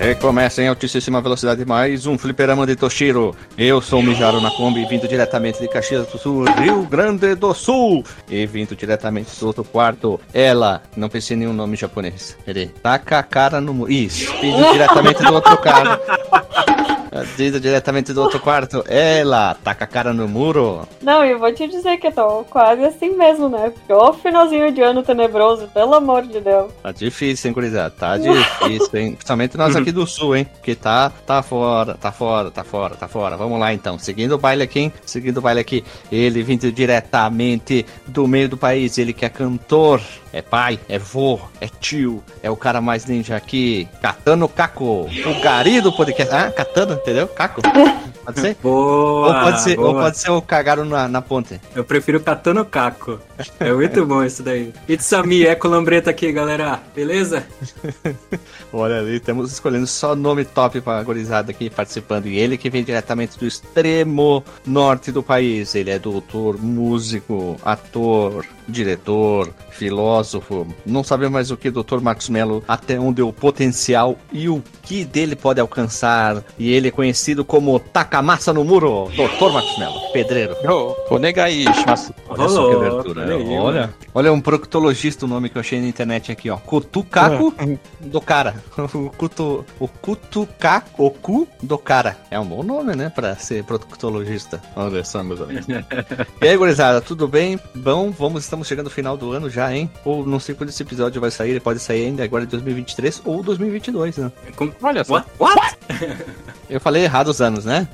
Recomeça em altíssima velocidade mais um fliperama de Toshiro. Eu sou o Mijaro na Kombi, vindo diretamente de Caxias do Sul, Rio Grande do Sul. E vindo diretamente do outro quarto, ela, não pensei em nenhum nome japonês. Ele taca a cara no muro. Isso, vindo diretamente do outro quarto. Vindo diretamente do outro quarto, ela taca a cara no muro. Não, eu vou te dizer que eu tô quase assim mesmo, né? Porque o finalzinho de ano tenebroso, pelo amor de Deus. Tá difícil, hein, gurizada? Tá difícil, hein? Principalmente nós aqui do Sul, hein? Porque tá fora. Vamos lá, então. Seguindo o baile aqui, hein? Seguindo o baile aqui. Ele vindo diretamente do meio do país. Ele que é cantor, é pai, é vô, é tio. É o cara mais ninja aqui. Katano Kako. O gari do podcast. Ah, Katano, entendeu? Kako. Pode ser? Boa, ou pode ser o Kagaro na ponte. Eu prefiro Katano Kako. É muito bom isso daí. Itsami, Eco Lambreta aqui, galera. Beleza? Olha ali, estamos escolhendo só nome top pra gurizada aqui participando. E ele que vem diretamente do extremo norte do país. Ele é doutor, músico, ator, diretor, filósofo. Não sabemos mais o que, doutor Marcos Mello, até onde o potencial e o que dele pode alcançar. E ele é conhecido como Takamasa no Muro. Doutor Marcos Mello, pedreiro. Olha só que abertura. Olha um proctologista, o nome que eu achei na internet aqui, ó. Kutukaku do cara. O Kutukaku do cara. É um bom nome, né? Pra ser proctologista. Olha só, meus amigos. E aí, gurizada, tudo bem? Bom, estamos chegando no final do ano já, hein? Ou não sei quando esse episódio vai sair. Ele pode sair ainda agora em 2023 ou 2022, né? Olha só. What? Eu falei errado os anos, né?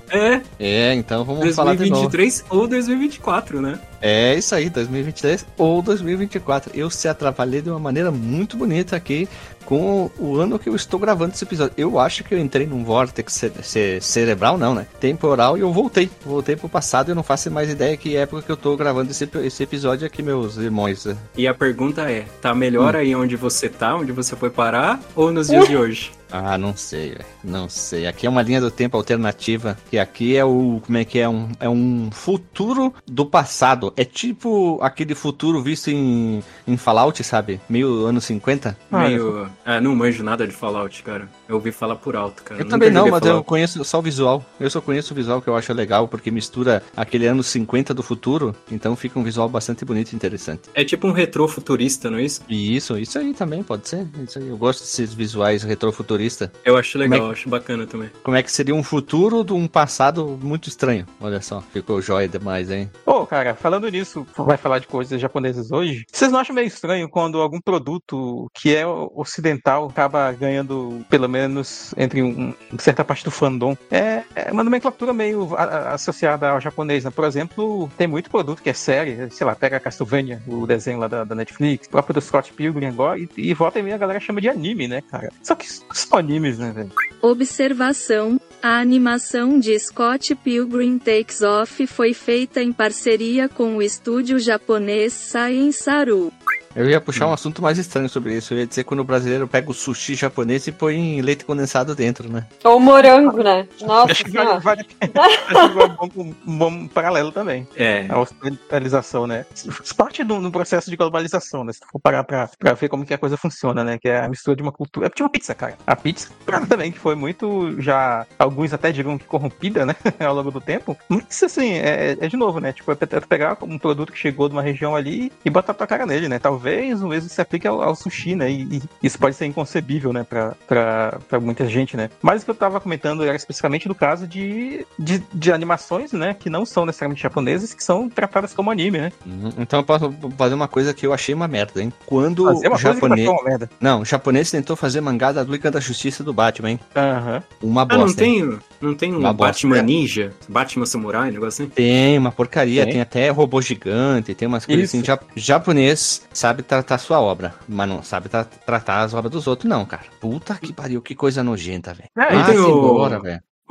É, então vamos falar de novo. 2023 ou 2024, né? É isso aí, 2023 ou 2024. Eu se atrapalhei de uma maneira muito bonita aqui com o ano que eu estou gravando esse episódio. Eu acho que eu entrei num vórtice cerebral, não, né? Temporal, e eu voltei. Voltei pro passado e eu não faço mais ideia que época que eu tô gravando esse episódio aqui, meus irmãos. E a pergunta é, tá melhor aí onde você tá, onde você foi parar, ou nos dias de hoje? Ah, não sei, velho. Não sei. Aqui é uma linha do tempo alternativa. Que aqui é o... Como é que é? É um futuro do passado. É tipo aquele futuro visto em Fallout, sabe? Meio anos 50. Meio... não manjo nada de Fallout, cara. Eu ouvi falar por alto, cara. Eu também não, mas Fallout. Eu conheço só o visual. Eu só conheço o visual, que eu acho legal, porque mistura aquele anos 50 do futuro. Então fica um visual bastante bonito e interessante. É tipo um retrofuturista, não é isso? Isso aí também pode ser. Isso aí. Eu gosto desses visuais retrofuturistas. Eu acho legal, acho bacana também. Como é que seria um futuro de um passado muito estranho? Olha só, ficou jóia demais, hein? Cara, falando nisso, vai falar de coisas japonesas hoje. Vocês não acham meio estranho quando algum produto que é ocidental acaba ganhando, pelo menos, entre certa parte do fandom? É uma nomenclatura meio associada ao japonês, né? Por exemplo, tem muito produto que é série, sei lá, pega Castlevania, o desenho lá da Netflix, o próprio do Scott Pilgrim agora, e volta e meia a galera chama de anime, né, cara? Só que só animes, né, velho? Observação: a animação de Scott Pilgrim Takes Off foi feita em parceria com o estúdio japonês Science Saru. Eu ia puxar um assunto mais estranho sobre isso. Eu ia dizer quando o brasileiro pega o sushi japonês e põe leite condensado dentro, né? Ou morango, né? Nossa, acho que vale um bom paralelo também. A ocidentalização, né? Isso parte no processo de globalização, né? Se tu for parar pra ver como que a coisa funciona, né? Que é a mistura de uma cultura. É tipo a pizza, cara. A pizza, também, que foi muito já... Alguns até digam que corrompida, né? Ao longo do tempo. Mas, assim, de novo, né? Tipo, é pegar um produto que chegou de uma região ali e botar tua cara nele, né? Talvez o mesmo se aplique ao sushi, né? E isso pode ser inconcebível, né? Pra muita gente, né? Mas o que eu tava comentando era especificamente do caso de animações, né? Que não são necessariamente japonesas, que são tratadas como anime, né? Então eu posso fazer uma coisa que eu achei uma merda, hein? Quando o japonês... Não, o japonês tentou fazer mangá da Liga da Justiça do Batman, hein? Uma bosta. Não tem um Batman Ninja? Batman Samurai, um negócio assim? Tem uma porcaria, tem até robô gigante, tem umas coisas assim. Japonês sabe tratar sua obra, mas não sabe tratar as obras dos outros, não, cara. Puta que pariu, que coisa nojenta, velho. Tem embora, velho.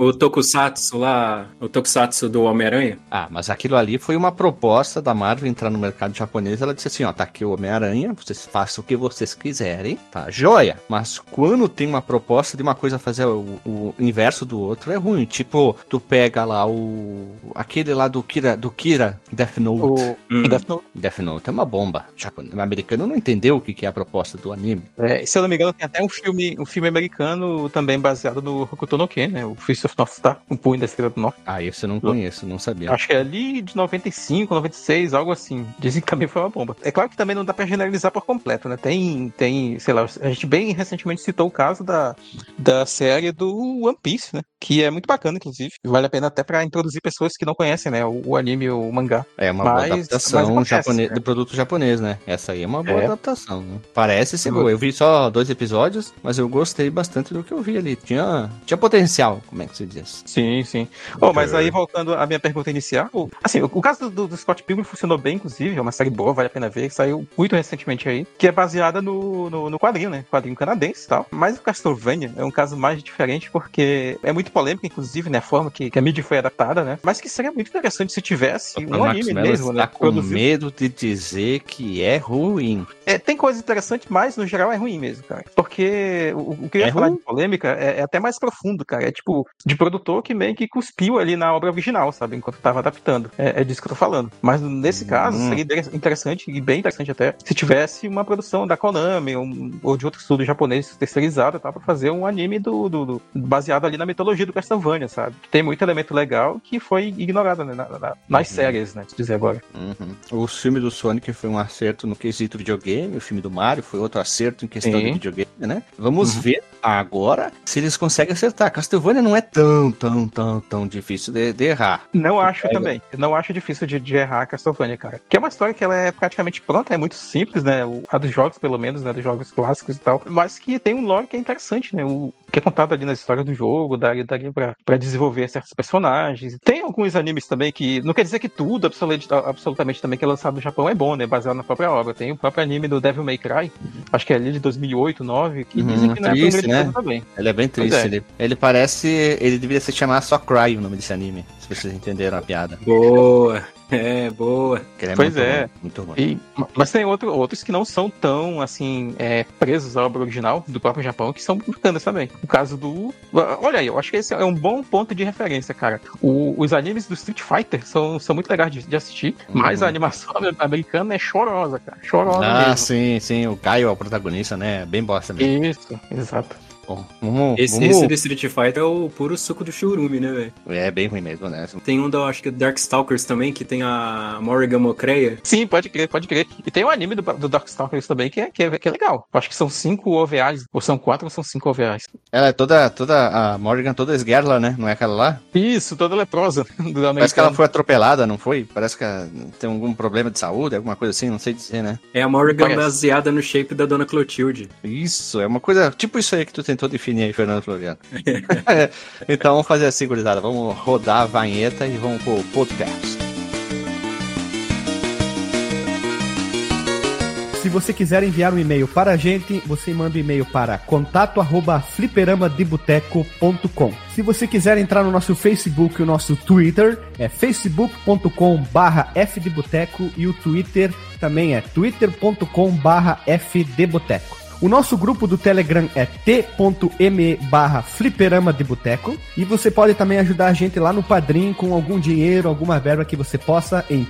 O Tokusatsu lá, o Tokusatsu do Homem-Aranha. Ah, mas aquilo ali foi uma proposta da Marvel entrar no mercado japonês. Ela disse assim, ó, tá aqui o Homem-Aranha, vocês façam o que vocês quiserem, tá? Joia! Mas quando tem uma proposta de uma coisa fazer o inverso do outro, é ruim. Tipo, tu pega lá aquele lá do Kira, Death Note. Death Note é uma bomba. O americano não entendeu o que é a proposta do anime. Se eu não me engano, tem até um filme americano também baseado no Hokuto no Ken, né? O Fist of North Star, o Punho da Estrela do Norte. Ah, esse eu não conheço, não sabia. Acho que é ali de 95, 96, algo assim. Dizem que também foi uma bomba. É claro que também não dá pra generalizar por completo, né? Tem, sei lá, a gente bem recentemente citou o caso da série do One Piece, né? Que é muito bacana, inclusive. Vale a pena até pra introduzir pessoas que não conhecem, né? O anime ou o mangá. É uma boa adaptação de produto japonês, né? Essa aí é uma boa adaptação, né? Parece ser boa. Eu vi só 2 episódios, mas eu gostei bastante do que eu vi ali. Tinha potencial, como é que se diz? Sim. Mas aí, voltando à minha pergunta inicial, assim, o caso do Scott Pilgrim funcionou bem, inclusive, é uma série boa, vale a pena ver, saiu muito recentemente aí, que é baseada no quadrinho, né? Quadrinho canadense e tal. Mas o Castlevania é um caso mais diferente, porque é muito polêmico, inclusive, né? A forma que a mídia foi adaptada, né? Mas que seria muito interessante se tivesse um anime mesmo, né? Tá com medo de dizer que é ruim. Tem coisa interessante, mas no geral é ruim mesmo, cara. Porque o que eu ia falar de polêmica é até mais profundo, cara. É tipo, de produtor que meio que cuspiu ali na obra original, sabe? Enquanto tava adaptando. É disso que eu tô falando. Mas nesse caso, seria interessante, e bem interessante até, se tivesse uma produção da Konami ou de outro estúdio japonês terceirizado, tá? Pra fazer um anime baseado ali na mitologia do Castlevania, sabe? Tem muito elemento legal que foi ignorado, né? Nas séries, né? Se dizer agora. O filme do Sonic foi um acerto no quesito videogame, o filme do Mario foi outro acerto em questão de videogame, né? Vamos ver agora se eles conseguem acertar. Castlevania não é tão difícil de errar. Não acho também. Não acho difícil de errar a Castlevania, cara. Que é uma história que ela é praticamente pronta, é muito simples, né? A dos jogos, pelo menos, né? Dos jogos clássicos e tal. Mas que tem um lore que é interessante, né? O que é contado ali na história do jogo, daria pra desenvolver certos personagens. Tem alguns animes também que... Não quer dizer que tudo, absolutamente também, que é lançado no Japão é bom, né? Baseado na própria obra. Tem o próprio anime do Devil May Cry, acho que é ali de 2008, 2009, que dizem que não é triste, né? Também. Ele é bem triste. Ele parece... Ele deveria se chamar só Cry, o nome desse anime. Se vocês entenderam a piada. Boa! Boa. Pois é. Muito ruim. Mas tem outros que não são tão, assim, presos à obra original do próprio Japão, que são bacanas também. O caso do... Olha aí, eu acho que esse é um bom ponto de referência, cara. Os animes do Street Fighter são muito legais de assistir, mas a animação americana é chorosa, cara. Chorosa mesmo. Sim. O Caio é o protagonista, né? Bem bosta mesmo. Isso, exato. Bom, esse do Street Fighter é o puro suco do churume, né, velho? É bem ruim mesmo, né? Tem um acho que Darkstalkers também, que tem a Morrigan Mocreia. Sim, pode crer. E tem um anime do Darkstalkers também que é legal. Acho que são 5 OVAs, ou são 4 ou são 5 OVAs. Ela é a Morrigan toda esguerla, né? Não é aquela lá? Isso, toda leprosa. Parece que ela foi atropelada, não foi? Parece que tem algum problema de saúde, alguma coisa assim, não sei dizer, né? É a Morrigan baseada no shape da Dona Clotilde. Isso, é uma coisa, tipo isso aí que tu tentou definir aí, Fernando Floriano. Então vamos fazer assim, gurizada. Vamos rodar a vinheta e vamos pro podcast. Se você quiser enviar um e-mail para a gente, você manda um e-mail para contato@fliperamadeboteco.com. Se você quiser entrar no nosso Facebook e o nosso Twitter, é facebook.com/fdeboteco e o Twitter também é twitter.com/fdeboteco. O nosso grupo do Telegram é t.me/fliperamadeboteco e você pode também ajudar a gente lá no Padrim com algum dinheiro, alguma verba que você possa em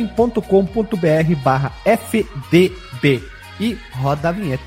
padrim.com.br/fdb. E roda a vinheta.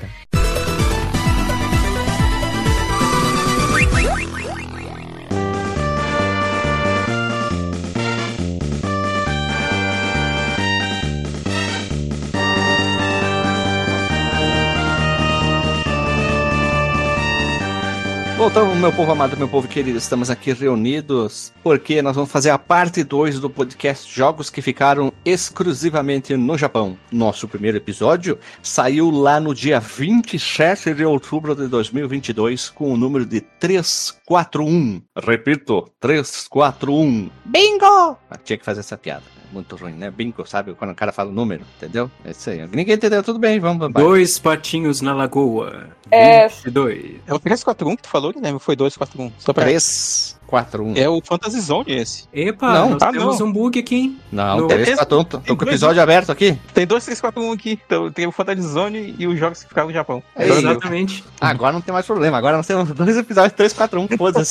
Voltamos, meu povo amado, meu povo querido, estamos aqui reunidos porque nós vamos fazer a parte 2 do podcast Jogos que Ficaram Exclusivamente no Japão. Nosso primeiro episódio saiu lá no dia 27 de outubro de 2022 com o número de 341. Repito, 341. Bingo! Tinha que fazer essa piada. muito ruim, né? Bingo, sabe? Quando o cara fala o número, entendeu? É isso aí. Ninguém entendeu, tudo bem, vamos. 2 patinhos na lagoa. 22. É o 341 que tu falou, Guilherme? Foi 241. Só pra... 341. É o Fantasy Zone esse. Epa, Não, nós temos um bug aqui, hein? Não, No- 341, tô com o episódio aberto aqui. Tem 2, 3, 4, 1 aqui. Então, tem o Fantasy Zone e os jogos que ficaram no Japão. Ei, Exatamente. Agora não tem mais problema, agora nós temos 2 episódios 341, foda-se.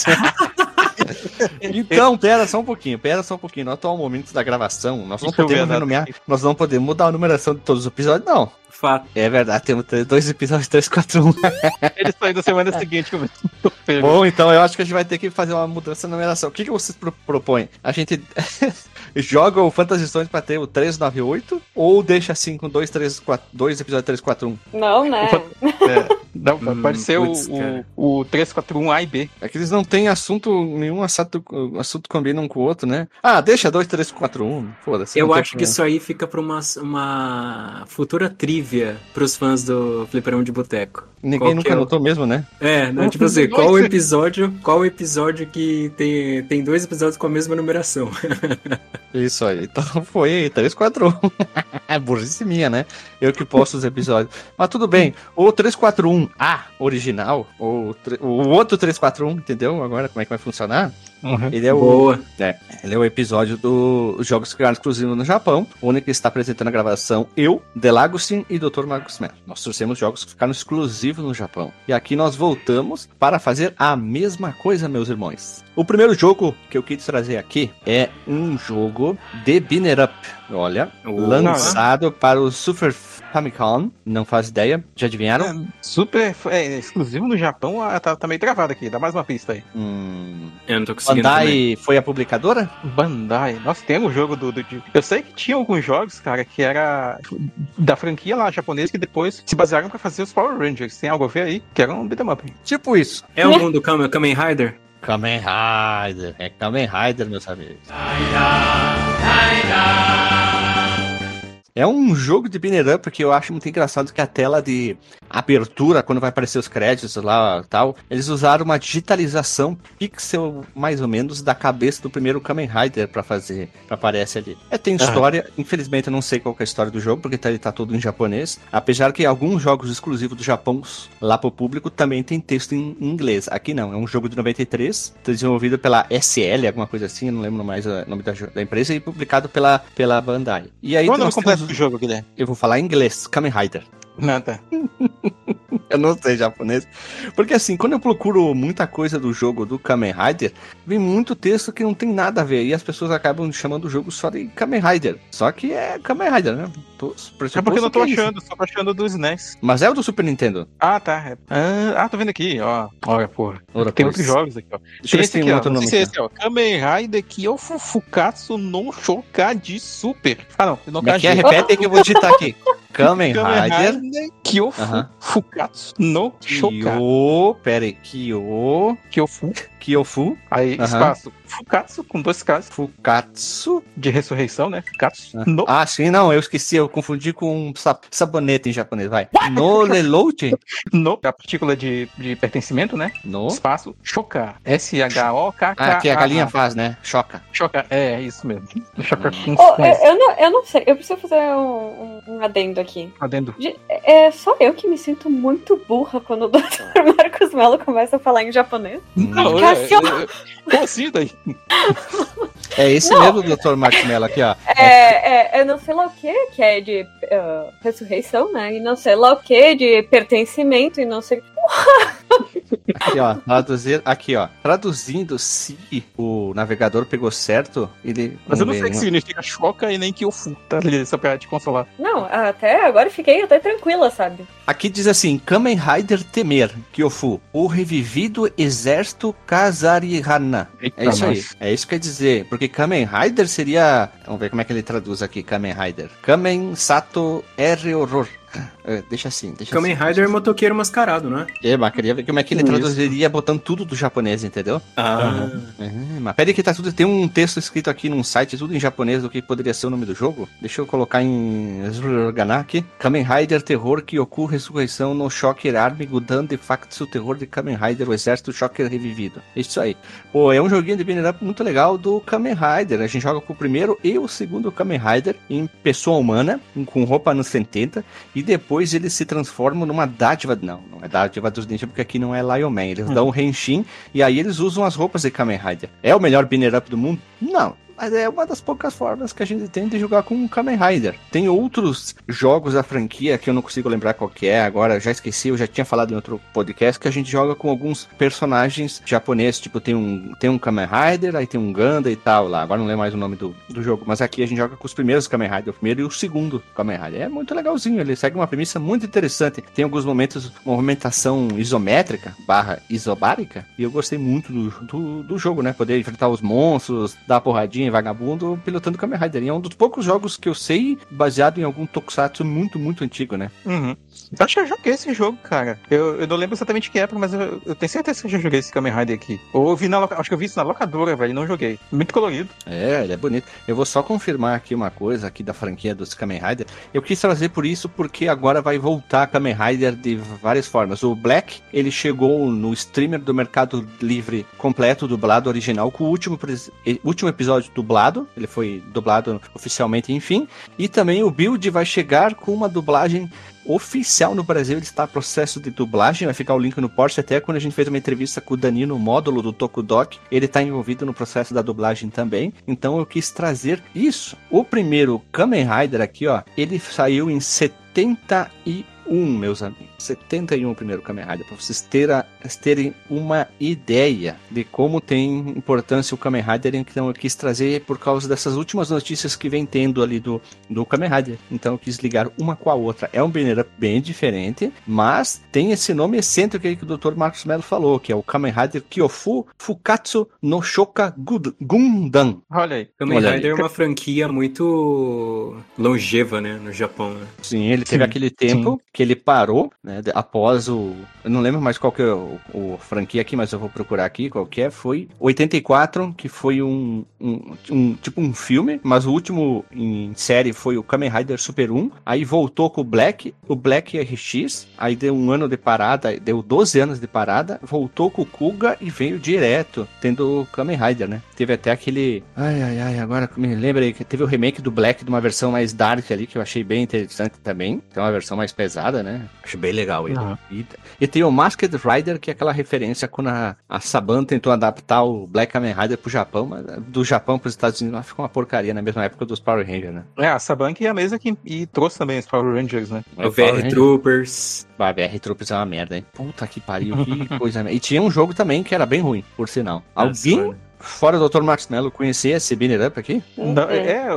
Então, pera só um pouquinho. No atual momento da gravação, nós não podemos renomear, nós não podemos mudar a numeração de todos os episódios, não. Fato. É verdade, temos 2 episódios 341. Eles estão indo semana seguinte. Bom, então eu acho que a gente vai ter que fazer uma mudança na numeração. O que vocês propõem? A gente joga o Fantasy Zone pra ter o 398 ou deixa assim com 2 episódios 341? Não, né? Não, pode ser o 341 A e B. É que eles não têm nenhum assunto combina um com o outro, né? Ah, deixa 2, 3, 4, 1. Foda-se. Eu acho que isso aí fica pra uma futura trivia pros fãs do Fliperão de Boteco. Ninguém nunca notou mesmo, né? Né? Tipo assim, qual o episódio que tem 2 episódios com a mesma numeração? Isso aí. Então foi 3, 4, 1. É burrice minha, né? Eu que posto os episódios. Mas tudo bem. O 341A original, o outro 341, entendeu? Agora como é que vai funcionar? Uhum. Ele é Boa. Ele é o episódio dos jogos que ficaram exclusivos no Japão. O único que está apresentando a gravação, eu, Delagostin e Dr. Marcos Mello. Nós trouxemos jogos que ficaram exclusivos no Japão. E aqui nós voltamos para fazer a mesma coisa, meus irmãos. O primeiro jogo que eu quis trazer aqui é um jogo de Binner Up. Olha, lançado para o Super Famicom. Não faz ideia. Já adivinharam? Super exclusivo no Japão. Tá meio travado aqui. Dá mais uma pista aí. Eu não tô conseguindo. Bandai também. foi a publicadora? Bandai. Nossa, tem um jogo eu sei que tinha alguns jogos, cara, que era da franquia lá japonesa que depois se basearam pra fazer os Power Rangers. Tem algo a ver aí? Que era um beat'em up. Tipo isso. É o mundo Kamen Rider? Kamen Rider. É Kamen Rider, meus amigos. É um jogo de binner up que eu acho muito engraçado, que a tela de abertura, quando vai aparecer os créditos lá e tal, eles usaram uma digitalização pixel, mais ou menos, da cabeça do primeiro Kamen Rider pra aparecer ali. Tem história, infelizmente eu não sei qual que é a história do jogo, porque ele tá todo em japonês, apesar que alguns jogos exclusivos do Japão, lá pro público, também tem texto em inglês. Aqui não, é um jogo de 93, desenvolvido pela SL, alguma coisa assim, eu não lembro mais o nome da empresa, e publicado pela Bandai. E aí, qual é o nome completo do jogo, Guilherme? Eu vou falar em inglês, Kamen Rider. Nada. Eu não sei japonês. Porque assim, quando eu procuro muita coisa do jogo do Kamen Rider, vem muito texto que não tem nada a ver. E as pessoas acabam chamando o jogo só de Kamen Rider. Só que é Kamen Rider, né? É porque eu não tô achando, só tô achando do SNES. Mas é o do Super Nintendo. Ah, tá. Tô vendo aqui, ó. Olha, porra. Tem outros jogos aqui, ó. Deixa eu ver se tem outro nome. Esse, ó. Kamen Rider Kyofu Fukatsu no Shokaji Super. Ah, não. Repete aí que eu vou digitar aqui. Kamen Rider Kyofu Fukatsu no Shokaji. Pera aí. Kyofu. Aí, espaço. Fukatsu com 2 Ks. Fukatsu. De ressurreição, né? Fukatsu. No. Ah, sim, não. Eu esqueci. Eu confundi com sabonete em japonês. Vai. No Lelouch. No. A partícula de pertencimento, né? No. Espaço. Shoka. S-H-O-K-K. Que a galinha faz, né? Choca. É isso mesmo. Choca com eu não sei. Eu preciso fazer um adendo aqui. Adendo. É só eu que me sinto muito burra quando o Dr. Marcos Mello começa a falar em japonês. Não, como assim daí? É esse mesmo, Dr. Marcos Mello, aqui, ó. Eu não sei lá o que é de ressurreição, né? E não sei lá o que de pertencimento e não sei... Aqui, ó, traduzindo, se o navegador pegou certo, ele... Mas eu não sei o que significa choca e nem Kyofu, tá? Só pra te consolar. Não, até agora fiquei até tranquila, sabe? Aqui diz assim, Kamen Rider Temer, Kyofu, o revivido exército Kazarihana. É isso aí, é isso que quer dizer, porque Kamen Rider seria... Vamos ver como é que ele traduz aqui, Kamen Rider. Kamen Sato R Horror. Deixa assim. Kamen Rider é motoqueiro mascarado, né? Mas queria ver como é que ele traduziria botando tudo do japonês, entendeu? Mas peraí que tá tudo... Tem um texto escrito aqui num site, tudo em japonês, do que poderia ser o nome do jogo. Deixa eu colocar em... aqui. Kamen Rider Terror Kyoku Ressurreição no Shocker Army Gudan de Factsu Terror de Kamen Rider, o Exército Shocker Revivido. Isso aí. Pô, é um joguinho de beat'em up muito legal do Kamen Rider. A gente joga com o primeiro e o segundo Kamen Rider em pessoa humana, com roupa anos 70, e depois eles se transformam numa dádiva... Não é dádiva dos ninjas, porque aqui não é Lion Man. Eles dão um Henshin, e aí eles usam as roupas de Kamen Rider. É o melhor beat'em up do mundo? Não. Mas é uma das poucas formas que a gente tem de jogar com um Kamen Rider. Tem outros jogos da franquia que eu não consigo lembrar qual que é agora, já esqueci, eu já tinha falado em outro podcast, que a gente joga com alguns personagens japoneses, tipo tem um Kamen Rider, aí tem um Ganda e tal lá, agora não lembro mais o nome do jogo, mas aqui a gente joga com os primeiros Kamen Rider, o primeiro e o segundo Kamen Rider. É muito legalzinho, ele segue uma premissa muito interessante, tem alguns momentos, movimentação isométrica, isobárica, e eu gostei muito do jogo, né, poder enfrentar os monstros, dar porradinha vagabundo pilotando Kamen Rider. E é um dos poucos jogos que eu sei baseado em algum tokusatsu muito, muito antigo, né? Acho que eu joguei esse jogo, cara. Eu não lembro exatamente que época, mas eu tenho certeza que eu já joguei esse Kamen Rider aqui. Ou eu vi acho que eu vi isso na locadora, velho, e não joguei. Muito colorido. É, ele é bonito. Eu vou só confirmar aqui uma coisa aqui da franquia dos Kamen Rider. Eu quis trazer por isso porque agora vai voltar Kamen Rider de várias formas. O Black, ele chegou no streamer do Mercado Livre completo, dublado, original, com o último episódio dublado, ele foi dublado oficialmente, enfim, e também o Build vai chegar com uma dublagem oficial no Brasil, ele está em processo de dublagem, vai ficar o link no post, até quando a gente fez uma entrevista com o Danilo, módulo do Tokudok, ele está envolvido no processo da dublagem também, então eu quis trazer isso. O primeiro Kamen Rider aqui, ó, ele saiu em 71, meus amigos. 71 o primeiro Kamen Rider, para vocês terem uma ideia de como tem importância o Kamen Rider. Então eu quis trazer por causa dessas últimas notícias que vem tendo ali do Kamen Rider. Então eu quis ligar uma com a outra. É um banner bem diferente, mas tem esse nome excêntrico aí que o Dr. Marcos Mello falou, que é o Kamen Rider Kyofu Fukatsu no Shoka Gundam. Olha aí. Kamen Rider é uma franquia muito longeva, né, no Japão. Né? Sim, ele teve aquele tempo que ele parou, né, após eu não lembro mais qual que é o franquia aqui, mas eu vou procurar aqui qual que é. Foi 84, que foi tipo um filme, mas o último em série foi o Kamen Rider Super 1. Aí voltou com o Black RX, aí deu um ano de parada, deu 12 anos de parada, voltou com o Kuga e veio direto, tendo o Kamen Rider, né? Teve até aquele... agora me lembra aí que teve o remake do Black de uma versão mais dark ali, que eu achei bem interessante também. Tem uma versão mais pesada, né? Acho bem legal ele. E tem o Masked Rider, que é aquela referência quando a Saban tentou adaptar o Black Kamen Rider pro Japão, mas do Japão pros Estados Unidos ficou uma porcaria na mesma época dos Power Rangers, né? É, a Saban que é a mesma que trouxe também os Power Rangers, né? O VR Troopers. A VR Troopers é uma merda, hein? Puta que pariu, que coisa merda. E tinha um jogo também que era bem ruim, por sinal. Alguém... Fora do Dr. Max Mello, conhecia esse Beat'em Up aqui? Não,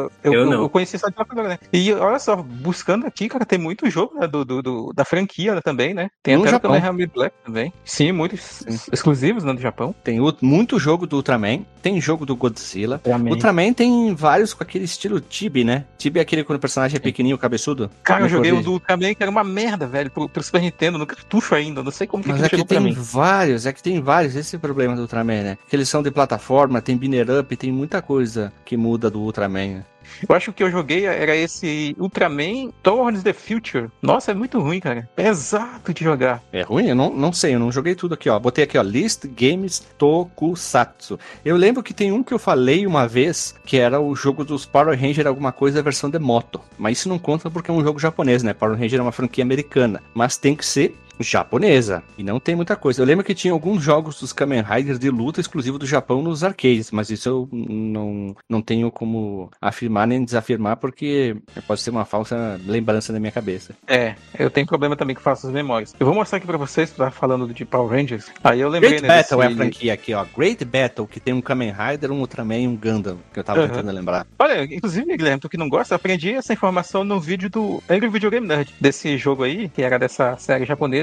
eu conheci só de locadora, né? E olha só, buscando aqui, cara, tem muito jogo, né, da franquia, né, também, né? Tem até o Kamen Rider Black também. Sim, muitos exclusivos, né, do Japão. Tem muito jogo do Ultraman, tem jogo do Godzilla. Ultraman tem vários com aquele estilo Tibi, né? Tibi é aquele quando o personagem é pequenininho, cabeçudo. Cara, eu joguei o do Ultraman, que era uma merda, velho, pro Super Nintendo, no cartucho ainda, não sei como que chegou pra mim. Mas é que tem vários, esse é o problema do Ultraman, né? Que eles são de plataforma, tem beat'em up, tem muita coisa que muda do Ultraman. Eu acho que eu joguei era esse Ultraman Towards the Future. Nossa, é muito ruim, cara. Pesado de jogar. É ruim? Eu não sei, eu não joguei tudo aqui, ó. Botei aqui, ó, List Games Tokusatsu. Eu lembro que tem um que eu falei uma vez, que era o jogo dos Power Ranger, alguma coisa, versão de moto. Mas isso não conta porque é um jogo japonês, né? Power Ranger é uma franquia americana. Mas tem que ser japonesa, e não tem muita coisa. Eu lembro que tinha alguns jogos dos Kamen Riders de luta exclusivo do Japão nos arcades, mas isso eu não tenho como afirmar nem desafirmar, porque pode ser uma falsa lembrança na minha cabeça. Eu tenho problema também com falsas memórias. Eu vou mostrar aqui pra vocês, tá falando de Power Rangers. Aí eu lembrei... Great Battle é a franquia aqui, ó. Great Battle, que tem um Kamen Rider, um Ultraman e um Gundam, que eu tava tentando lembrar. Olha, inclusive, Guilherme, tu que não gosta, eu aprendi essa informação no vídeo do Angry Video Game Nerd, desse jogo aí, que era dessa série japonesa,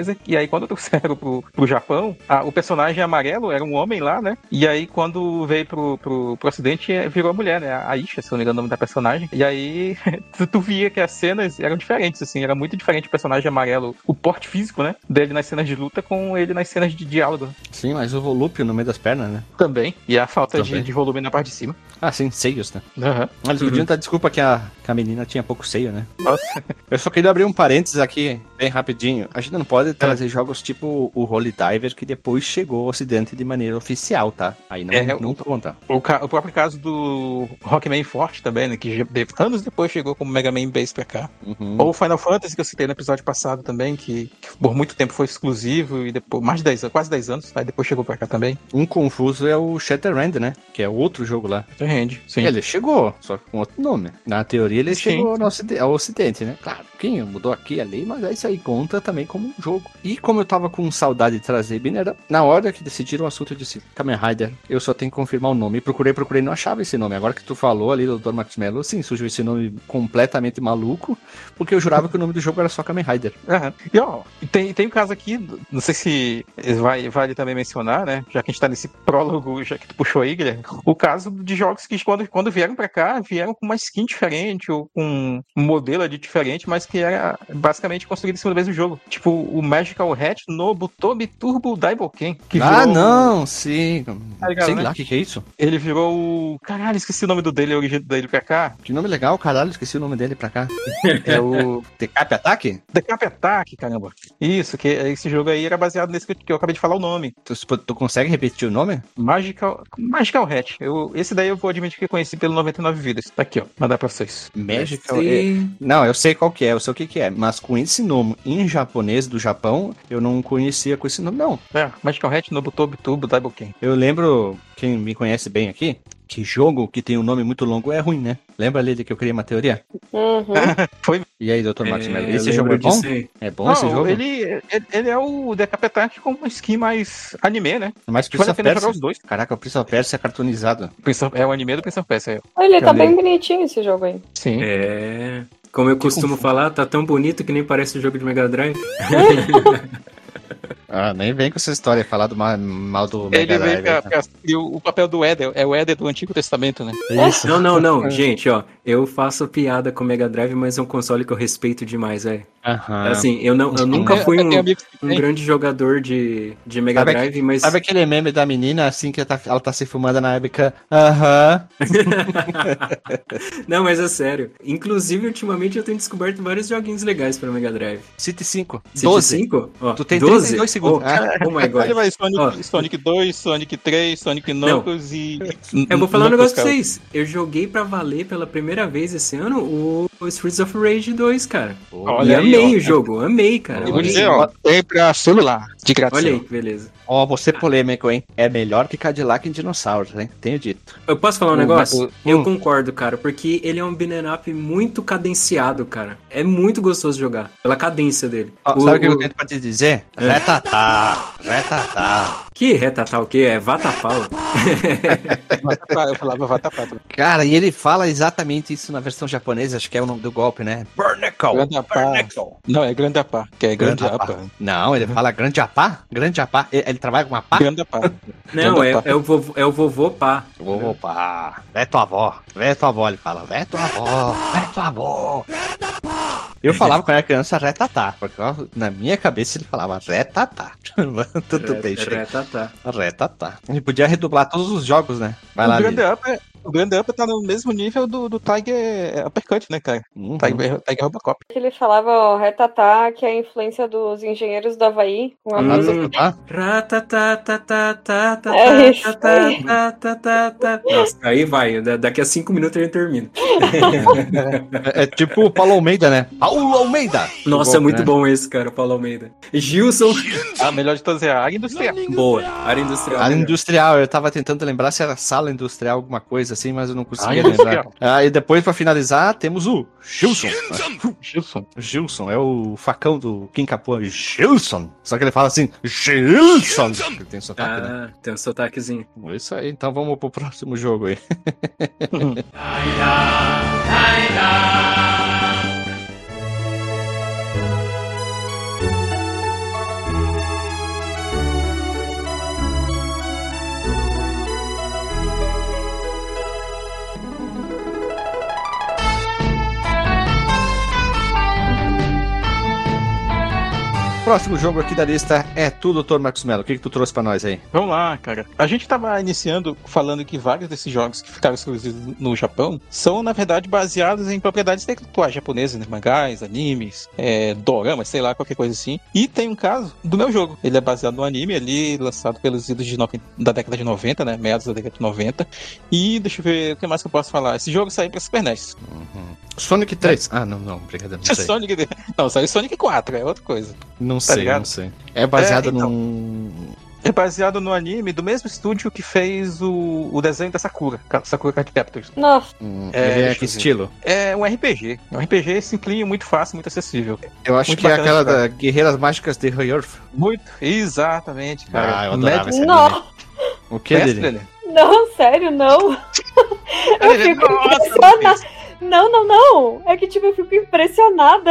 japonesa, e aí quando trouxeram pro Japão, o personagem amarelo era um homem lá, né? E aí quando veio pro ocidente, virou a mulher, né? A Aisha, se não me engano o nome da personagem. E aí tu via que as cenas eram diferentes, assim, era muito diferente o personagem amarelo, o porte físico, né? Dele nas cenas de luta com ele nas cenas de diálogo. Sim, mas o volúpio no meio das pernas, né? Também. E a falta de volume na parte de cima. Ah, sim, seios, né? Aham. Eles podiam dar desculpa que a menina tinha pouco seio, né? Nossa. Eu só queria abrir um parênteses aqui, bem rapidinho. A gente não pode trazer jogos tipo o Holy Diver, que depois chegou ao ocidente de maneira oficial, tá? Aí não conta. O próprio caso do Rockman Forte também, né? Que anos depois chegou como Mega Man Base pra cá. Ou o Final Fantasy, que eu citei no episódio passado também, que por muito tempo foi exclusivo e depois, quase 10 anos, aí depois chegou pra cá também. Um confuso é o Shatterhand, né? Que é outro jogo lá. Shatterhand, sim. Ele chegou, só com outro nome. Na teoria ele chegou ao ocidente, né? Claro, quem mudou aqui e ali, mas isso aí conta também como um jogo. E como eu tava com saudade de trazer Binner, na hora que decidiram o assunto eu disse, Kamen Rider, eu só tenho que confirmar o nome. E procurei, não achava esse nome. Agora que tu falou ali, Dr. Max Mello, sim, surgiu esse nome completamente maluco, porque eu jurava que o nome do jogo era só Kamen Rider. E ó, tem um caso aqui, não sei se vale também mencionar, né? Já que a gente tá nesse prólogo, já que tu puxou aí, Guilherme, o caso de jogos que quando vieram pra cá, vieram com uma skin diferente, ou com um modelo diferente, mas que era basicamente construído em cima do mesmo jogo. Tipo, o Magical Hat Nobutobi Turbo Daiboken. Não, sim. Tá ligado, sei né? lá, o que é isso? Ele virou o... Caralho, esqueci o nome do dele, a origem dele pra cá. Que nome legal, caralho, esqueci o nome dele pra cá. É o... Decap Attack? Decap Attack, caramba. Isso, que esse jogo aí era baseado nesse que eu acabei de falar o nome. Tu consegue repetir o nome? Magical Hat. Esse daí eu vou admitir que eu conheci pelo 99 Vidas. Tá aqui, ó. Mandar pra vocês. Magical... Não, eu sei qual que é, eu sei o que é. Mas com esse nome em japonês do Japão, eu não conhecia com esse nome, não. Magical Hat Nobutobi Turbo Daiboken. Eu lembro, quem me conhece bem aqui, que jogo que tem um nome muito longo é ruim, né? Lembra, Lili, que eu criei uma teoria? Foi. E aí, Dr. Max Mello, esse jogo é bom? É bom esse jogo? Ele é o Decap Attack com uma skin mais anime, né? Mais Prince of Persia. Os dois. Caraca, o Prince of Persia é cartoonizado. É o anime do Prince of Persia. Ele tá bem bonitinho esse jogo aí. Sim. Como eu costumo falar, tá tão bonito que nem parece um jogo de Mega Drive. Nem vem com essa história, falar do mal do Mega Drive. E o papel do Éder, é o Éder do Antigo Testamento, né? Isso. Não. Gente, ó, eu faço piada com o Mega Drive, mas é um console que eu respeito demais, velho. Assim, eu nunca fui um grande jogador de Mega Drive, mas... Sabe aquele meme da menina, assim, que ela tá se fumando na webcam? Não, mas é sério. Inclusive, ultimamente eu tenho descoberto vários joguinhos legais pra Mega Drive. City 5. City 5? Ó, tu tem 12? 32 segundos. Oh my God. Ele vai Sonic 2, Sonic 3, Sonic Knuckles e... Eu vou falar um negócio pra vocês. Eu joguei pra valer pela primeira vez esse ano o Streets of Rage 2, cara. Olha aí, amei o jogo, amei, cara. Eu vou dizer, ó, tem pra celular, de grátis. Olha aí, que beleza. Ó, você polêmico, hein? É melhor que Cadillac em dinossauros, hein? Tenho dito. Eu posso falar um negócio? Eu concordo, cara, porque ele é um beat'em up muito cadenciado, cara. É muito gostoso de jogar, pela cadência dele. Sabe o que eu tento pra te dizer? Retatá. Que retatá o quê? É vatapau. Eu falava vatapau. Cara, e ele fala exatamente isso na versão japonesa, acho que é o nome do golpe, né? Burnicle. Não, é Grande Apá, que é Grande Apá. Não, ele fala Grande Apá? Grande Apá? Ele trabalha com uma pá? Grande Apá. Não, é o vovô pá. Vovô pá. Vé tua avó, ele fala. Vé tua avó. Eu falava quando era criança retatá, porque ó, na minha cabeça ele falava retatá. Tudo bem, retatá. Ele podia redublar todos os jogos, né? Vai lá, O Grande Up tá no mesmo nível do Tiger Uppercut, né, cara? Tiger Robocop. Ele falava o retatá, que é a influência dos engenheiros do Havaí. Uma música. É isso aí. Nossa, aí vai. Daqui a 5 minutos ele termina. É tipo o Paulo Almeida, né? Paulo Almeida! Nossa, é muito bom esse, cara, o Paulo Almeida. Gilson. A melhor de todas é a área industrial. Boa, área industrial. Área industrial, eu tava tentando lembrar se era sala industrial, alguma coisa assim, mas eu não conseguia lembrar. E depois, pra finalizar, temos o Gilson. Gilson, é o facão do Kim Capua. Gilson! Só que ele fala assim, Gilson! Ele tem sotaque, né? Tem um sotaquezinho. Isso aí, então vamos pro próximo jogo aí. próximo jogo aqui da lista é tu, Dr. Marcos Mello. O que tu trouxe pra nós aí? Vamos lá, cara. A gente tava iniciando falando que vários desses jogos que ficaram exclusivos no Japão são, na verdade, baseados em propriedades intelectuais japonesas, né? Mangás, animes, doramas, sei lá, qualquer coisa assim. E tem um caso do meu jogo. Ele é baseado no anime ali, lançado pelos idos da década de 90, né? Meados da década de 90. E deixa eu ver o que mais que eu posso falar. Esse jogo saiu pra Super NES. Sonic 3. Ah, não, brincadeira, não sei. Não, saiu Sonic 4, é outra coisa. Não sei, não sei. É baseado num... É baseado no anime do mesmo estúdio que fez o desenho da Sakura Card Captors. Nossa. Que estilo? É um RPG. É um RPG simplinho, muito fácil, muito acessível. Eu acho muito que é aquela da Guerreiras Mágicas de High-Earth. Muito, exatamente, cara. Eu adorava esse anime. O que dele? Não, sério, não. Eu fico impressionada. Não. É que, tipo, eu fico impressionada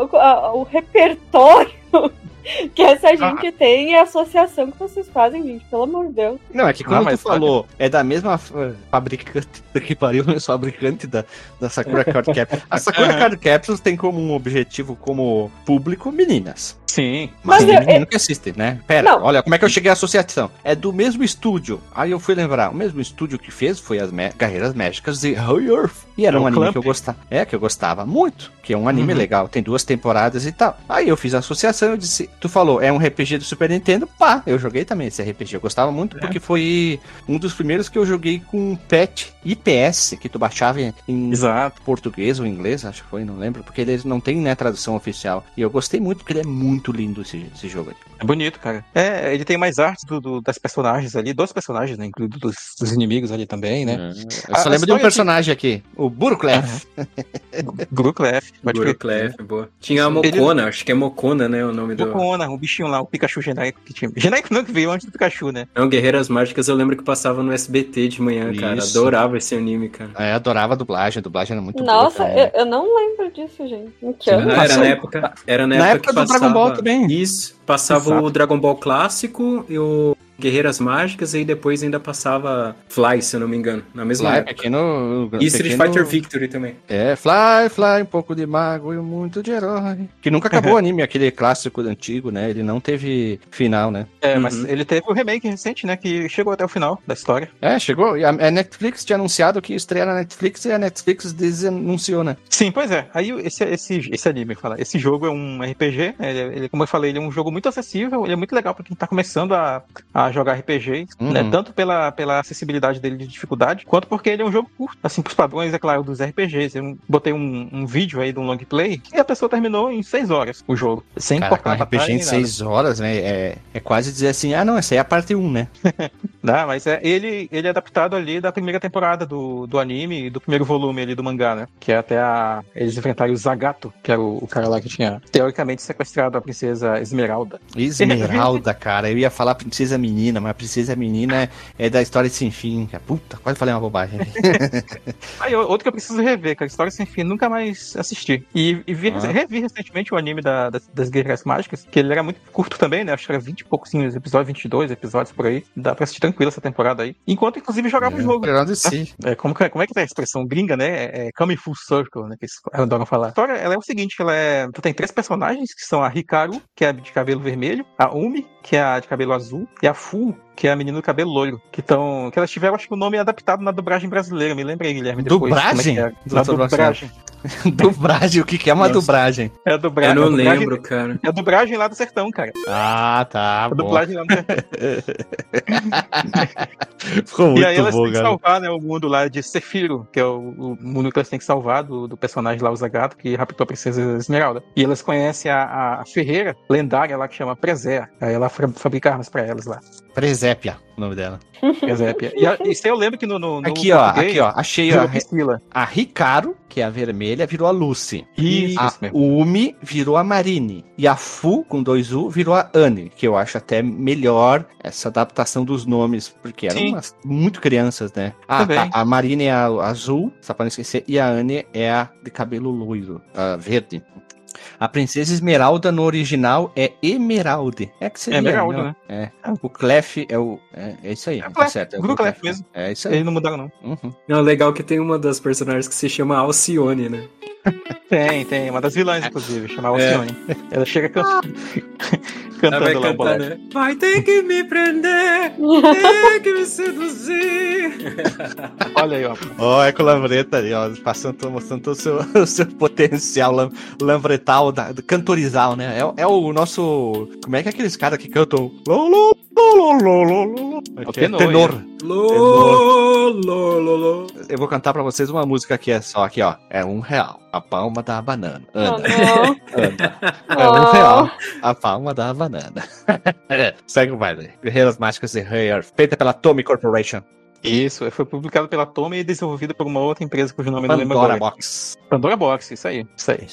o repertório que essa gente tem e a associação que vocês fazem, gente, pelo amor de Deus. Não, é que como tu falou, é da mesma fabricante que pariu, fabricante da Sakura Card Captors. A Sakura Card Captors tem como um objetivo, como público, meninas. Sim. Mas tem menino que assiste, né? Pera, olha, como é que eu cheguei à associação? É do mesmo estúdio. Aí eu fui lembrar, o mesmo estúdio que fez foi as Guerreiras Mágicas de High-Earth. E era um anime que eu gostava. Que eu gostava muito. Que é um anime legal, tem 2 temporadas e tal. Aí eu fiz a associação, eu disse, tu falou, é um RPG do Super Nintendo, eu joguei também esse RPG, eu gostava muito porque foi um dos primeiros que eu joguei com PET IPS, que tu baixava em português ou inglês, acho que foi, não lembro, porque ele não tem, né, tradução oficial. E eu gostei muito porque ele é muito lindo esse jogo aí. É bonito, cara. Ele tem mais artes das personagens ali, dos personagens, né, incluindo dos inimigos ali também, né. Eu só lembro de um personagem aqui, o Buruclef. Buruclef, boa. Tinha a Mokona, acho que é Mokona, né, o nome do... Mokona, o bichinho lá, o Pikachu genérico que tinha. Genérico não, que veio antes do Pikachu, né? Não, Guerreiras Mágicas eu lembro que passava no SBT de manhã, cara. Adorava esse anime, cara. Adorava a dublagem era muito boa. Nossa, eu não lembro disso, gente. Era na época que do Dragon Ball também. Isso, passava o Dragon Ball clássico e o Guerreiras Mágicas e depois ainda passava Fly, se eu não me engano, na mesma época. E Street Fighter Victory também. Fly, um pouco de mago e muito de herói. Que nunca acabou o anime, aquele clássico antigo, né? Ele não teve final, né? Mas ele teve o remake recente, né? Que chegou até o final da história. Chegou. E a Netflix tinha anunciado que ia estrear na Netflix e a Netflix desanunciou, né? Sim, pois é. Aí esse anime, esse jogo é um RPG, ele, como eu falei, ele é um jogo muito acessível, ele é muito legal pra quem tá começando a jogar RPG, né? Tanto pela acessibilidade dele de dificuldade, quanto porque ele é um jogo curto, assim, pros padrões, é claro, dos RPGs. Eu botei um vídeo aí de um long play e a pessoa terminou em 6 horas o jogo. Sem cortar um RPG em 6 horas, né? É quase dizer assim, não, essa aí é a parte 1, né? Não, mas ele é adaptado ali da primeira temporada do anime e do primeiro volume ali do mangá, né? Que é até eles enfrentarem o Zagato, que era o cara lá que tinha, teoricamente, sequestrado a princesa Esmeralda. Esmeralda, cara. Eu ia falar princesa menina, mas a princesa menina é da História Sem Fim. Puta, quase falei uma bobagem. Aí, outro que eu preciso rever, cara, História Sem Fim, nunca mais assisti. E revi recentemente o anime das Guerreiras Mágicas, que ele era muito curto também, né? Acho que era 20 e poucos episódios, 22 episódios por aí. Dá pra assistir tranquilo essa temporada aí. Enquanto, inclusive, jogava o jogo. Como é que tá a expressão gringa, né? Come full circle, né? Que eles adoram falar. A história, ela é o seguinte, tu tem 3 personagens, que são a Hikaru, que é de cabelo vermelho, a Umi, que é a de cabelo azul, e a Fu, que é a menina do cabelo loiro, que elas tiveram, acho que o nome adaptado na dublagem brasileira, me lembrei, Guilherme, depois. Dublagem? Na dublagem. Dublagem, o que é uma dublagem? É a dublagem. Eu não lembro, cara. É a dublagem lá do sertão, cara. Tá, a dublagem lá do sertão. Ficou muito bom, e aí elas têm que cara. salvar, né, o mundo lá de Sefiro, que é o mundo que elas têm que salvar do personagem lá, o Zagato, que raptou a princesa Esmeralda. E elas conhecem a ferreira lendária lá que chama Presea. Aí ela fabrica armas pra elas lá. Presépia, o nome dela. Presépia. E isso eu lembro que no aqui, ó, achei a Hikaru, que é a vermelha, virou a Lucy. Isso mesmo. O Umi virou a Marine. E a Fu, com 2 U, virou a Anne, que eu acho até melhor essa adaptação dos nomes, porque eram muito crianças, né? A Marine é a azul, só pra não esquecer, e a Anne é a de cabelo loiro, a verde. A princesa Esmeralda no original é Emeralde. É que seria, Emeralde, né? O Clef é isso aí. Tá certo. O Clef mesmo. É isso aí. Eles não mudaram, não. Não, legal que tem uma das personagens que se chama Alcione, né? Tem. Uma das vilãs, inclusive, chamava Alcione. Ela chega cantando lá o bolero. Né? Vai ter que me prender, tem que me seduzir. Olha aí, ó. Ó, Eco Lambreta ali, ó, mostrando todo o seu potencial lambretal, cantorizal, né? É o nosso... Como é que é aqueles caras que cantam... Tenor. Eu vou cantar pra vocês uma música que é só aqui, ó. É R$1, a palma da banana. Anda. É R$1, a palma da banana. Segue o baile. Guerreiras Mágicas de Rare, feita pela Tommy Corporation. Isso, foi publicado pela Tommy e desenvolvido por uma outra empresa cujo nome não lembro agora. Pandora Box, isso aí.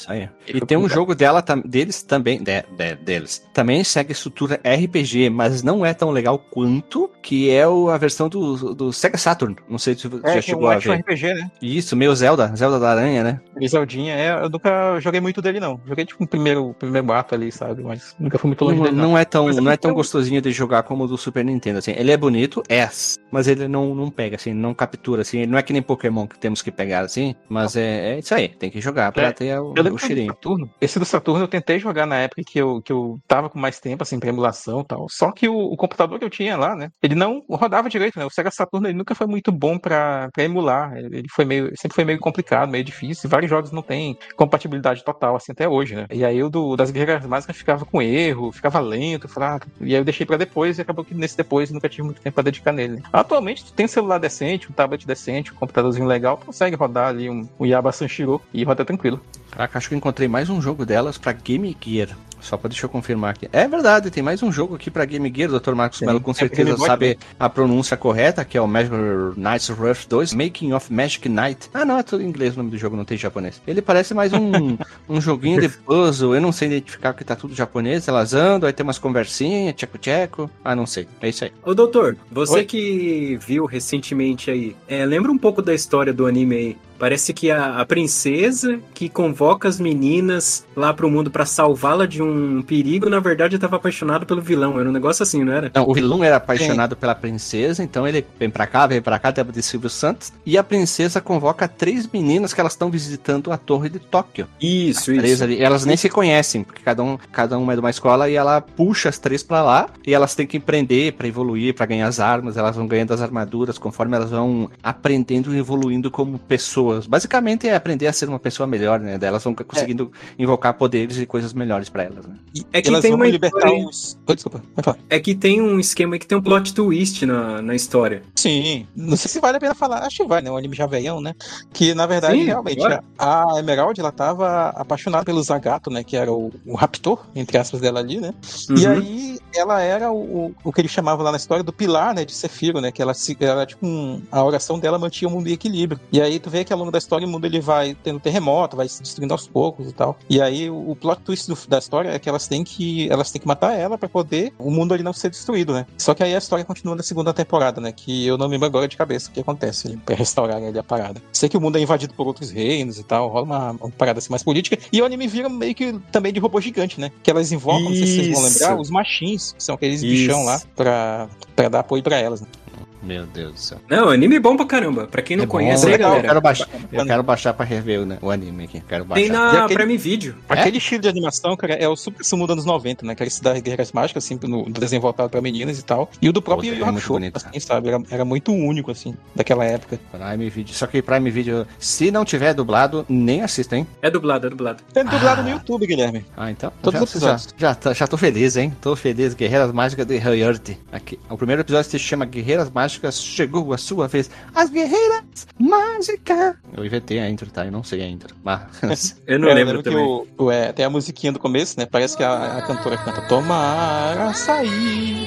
E tem um jogo deles também, deles. Também segue estrutura RPG, mas não é tão legal quanto, que é a versão do Sega Saturn. Não sei se você já chegou a ver. RPG, né? Isso, meio Zelda da Aranha, né? Zeldinha, eu nunca joguei muito dele, não. Joguei tipo o primeiro ato ali, sabe? Mas nunca fui muito longe dele, não é tão gostosinho de jogar como o do Super Nintendo, assim. Ele é bonito, mas ele não pega, assim, não captura, assim. Ele não é que nem Pokémon que temos que pegar, assim, mas é isso aí, tem que jogar pra ter o cheirinho. Esse do Saturno eu tentei jogar na época que eu tava com mais tempo, assim, pra emulação e tal. Só que o computador que eu tinha lá, né, ele não rodava direito, né? O Sega Saturno, ele nunca foi muito bom pra emular. Ele sempre foi meio complicado, meio difícil. Vários jogos não tem compatibilidade total, assim, até hoje, né? E aí das Guerreiras Mágicas ficava com erro, ficava lento, fraco. E aí eu deixei pra depois e acabou que nesse depois nunca tive muito tempo pra dedicar nele. Atualmente, tu tem um celular decente, um tablet decente, um computadorzinho legal, tu consegue rodar ali um Yaba Sanshiro e roda tranquilo. Caraca, acho que eu encontrei mais um jogo delas pra Game Gear. Só pra deixar eu confirmar aqui. É verdade, tem mais um jogo aqui pra Game Gear. O Dr. Marcos Mello com certeza sabe a pronúncia correta, que é o Magic Knights Rush 2, Making of Magic Knight. Ah, não, é tudo em inglês o nome do jogo, não tem japonês. Ele parece mais um joguinho de puzzle. Eu não sei identificar porque tá tudo japonês. Elas andam, aí tem umas conversinhas, tcheco-tcheco. Ah, não sei. É isso aí. Ô, doutor, você que viu recentemente aí, lembra um pouco da história do anime aí? Parece que a princesa que convoca as meninas lá pro mundo pra salvá-la de um perigo, na verdade, estava apaixonado pelo vilão. Era um negócio assim, não era? Não, o vilão era apaixonado pela princesa, então ele vem pra cá, tempo de Silvio Santos, e a princesa convoca 3 meninas que elas estão visitando a torre de Tóquio. Isso. Ali, elas nem se conhecem, porque cada uma é de uma escola e ela puxa as 3 pra lá, e elas têm que empreender pra evoluir, pra ganhar as armas, elas vão ganhando as armaduras conforme elas vão aprendendo e evoluindo como pessoas. Basicamente é aprender a ser uma pessoa melhor, né? Elas vão conseguindo invocar poderes e coisas melhores pra elas, né? É que elas tem vão libertar os... Desculpa, vai falar. É que tem um esquema aí que tem um plot twist na história. Sim, não sei se vale a pena falar, acho que vai, né? Um anime já veião, né? Que na verdade, realmente, a Emerald, ela tava apaixonada pelo Zagato, né? Que era o raptor, entre aspas, dela ali, né? Uhum. E aí ela era o que ele chamava lá na história do pilar, né? De Sephiroth, né? Que ela tipo, a oração dela mantinha o mundo em equilíbrio. E aí tu vê que ao longo da história o mundo ele vai tendo terremoto, vai se destruindo aos poucos e tal. E aí o plot twist da história é que elas têm que matar ela pra poder o mundo ali não ser destruído, né? Só que aí a história continua na segunda temporada, né? Que eu não lembro agora de cabeça o que acontece pra restaurar ali a parada. Sei que o mundo é invadido por outros reinos e tal, rola uma parada assim mais política. E o anime vira meio que também de robô gigante, né? Que elas invocam, não sei se vocês vão lembrar, os machins, que são aqueles bichão lá pra dar apoio pra elas, né? Meu Deus do céu. Não, anime bom pra caramba. Pra quem não conhece, aí, galera. Eu quero baixar pra rever o anime aqui. Quero baixar. Tem na Prime Video. Aquele estilo de animação, cara, é o Super Sumo dos anos 90, né? Que era esse das Guerreiras Mágicas, assim, no desenho voltado pra meninas e tal. E o do próprio Yu Hakusho, assim, sabe? Era muito único, assim, daquela época. Prime Video. Só que Prime Video, se não tiver dublado, nem assista, hein? É dublado. É dublado no YouTube, Guilherme. Ah, então. Todos os episódios. Já tô feliz, hein? Tô feliz. Guerreiras Mágicas de Heart. Aqui. O primeiro episódio se chama Guerreiras Mágicas Chegou a sua vez. As Guerreiras Mágicas. Eu inventei a intro, tá? Eu não sei a intro. Mas... eu não lembro também. Tem a musiquinha do começo, né? Parece que a cantora canta Tomar açaí.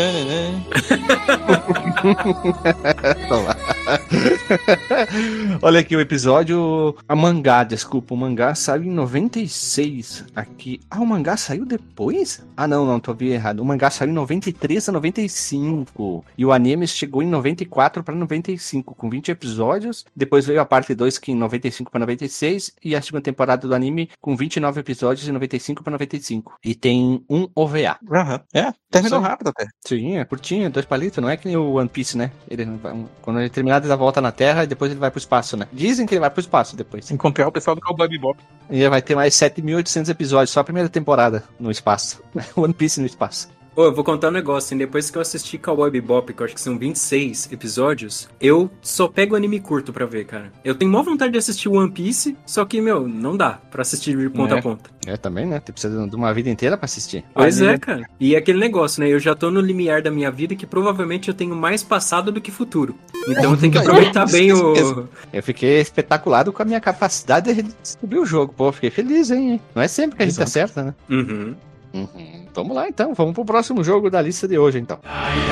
Olha aqui o episódio. O mangá saiu em 96 aqui. Ah, o mangá saiu depois? Ah, não, tô vendo errado. O mangá saiu em 93 a 95. E o anime chegou em 94 para 95, com 20 episódios. Depois veio a parte 2, que em 95 para 96. E a segunda temporada do anime com 29 episódios, de 95 para 95. E tem um OVA. Uhum. Terminou rápido até. Sim, é curtinho, 2 palitos, não é que nem o One Piece, né? Quando ele terminar, ele dá volta na Terra e depois ele vai pro espaço, né? Dizem que ele vai pro espaço depois. Encontrar o pessoal do Cowboy Bebop. E vai ter mais 7.800 episódios, só a primeira temporada no espaço. One Piece no espaço. Eu vou contar um negócio, hein? Depois que eu assisti Cowboy Bebop, que eu acho que são 26 episódios, eu só pego anime curto pra ver, cara. Eu tenho maior vontade de assistir One Piece, só que, não dá pra assistir de ponta a ponta. Também, né? Você precisa de uma vida inteira pra assistir. Pois é, cara. E aquele negócio, né? Eu já tô no limiar da minha vida que provavelmente eu tenho mais passado do que futuro. Então eu tenho que aproveitar bem o... Eu fiquei espetaculado com a minha capacidade de descobrir o jogo. Pô, fiquei feliz, hein? Não é sempre que a gente acerta, né? Vamos lá, então. Vamos pro próximo jogo da lista de hoje, então.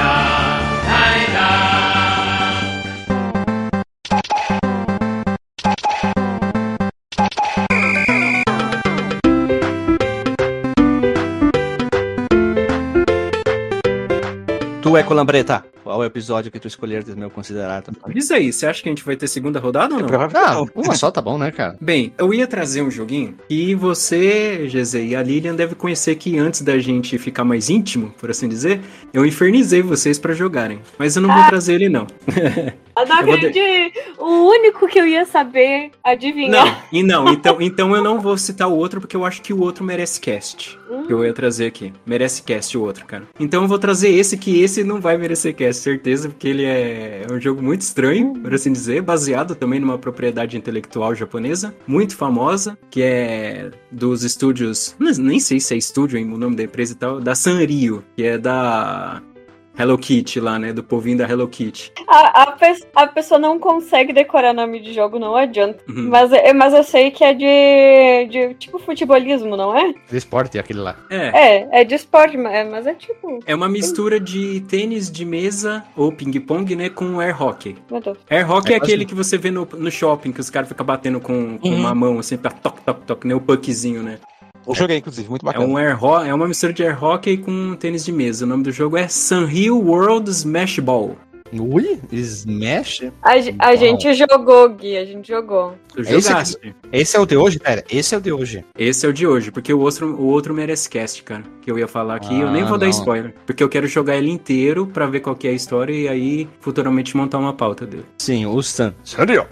Tu é Colambreta. Qual é o episódio que tu escolher do meu considerado? Diz aí, você acha que a gente vai ter segunda rodada ou não? Uma só tá bom, né, cara? Bem, eu ia trazer um joguinho e você, GZ, e a Lilian devem conhecer que antes da gente ficar mais íntimo, por assim dizer, eu infernizei vocês pra jogarem. Mas eu não vou trazer ele, não. Eu não acredito. O único que eu ia saber adivinhar. Então eu não vou citar o outro porque eu acho que o outro merece cast. Que eu ia trazer aqui. Merece cast o outro, cara. Então eu vou trazer esse, que esse não vai merecer cast, certeza, porque ele é um jogo muito estranho, por assim dizer, baseado também numa propriedade intelectual japonesa, muito famosa, que é dos estúdios, nem sei se é estúdio, o nome da empresa e tal, da Sanrio, que é da Hello Kitty lá, né? Do povinho da Hello Kitty. A pessoa não consegue decorar nome de jogo, não adianta. Mas eu sei que é de tipo futebolismo, não é? De esporte, aquele lá. É de esporte, mas é tipo... É uma mistura de tênis de mesa ou ping-pong, né? Com air hockey. Air hockey é aquele que você vê no shopping, que os caras ficam batendo com uma mão, assim, pra toque, né? O puckzinho, né? Eu joguei, inclusive, muito bacana. É uma mistura de air hockey com tênis de mesa. O nome do jogo é Sanrio World Smash Ball. Ui, Smash? A gente jogou, Gui, a gente jogou. Tu jogaste. Esse é o de hoje, pera? Esse é o de hoje. Esse é o de hoje, porque o outro merece cast, cara. Que eu ia falar aqui, eu nem vou dar spoiler. Porque eu quero jogar ele inteiro pra ver qual que é a história e aí futuramente montar uma pauta dele. Sim, o Sanrio.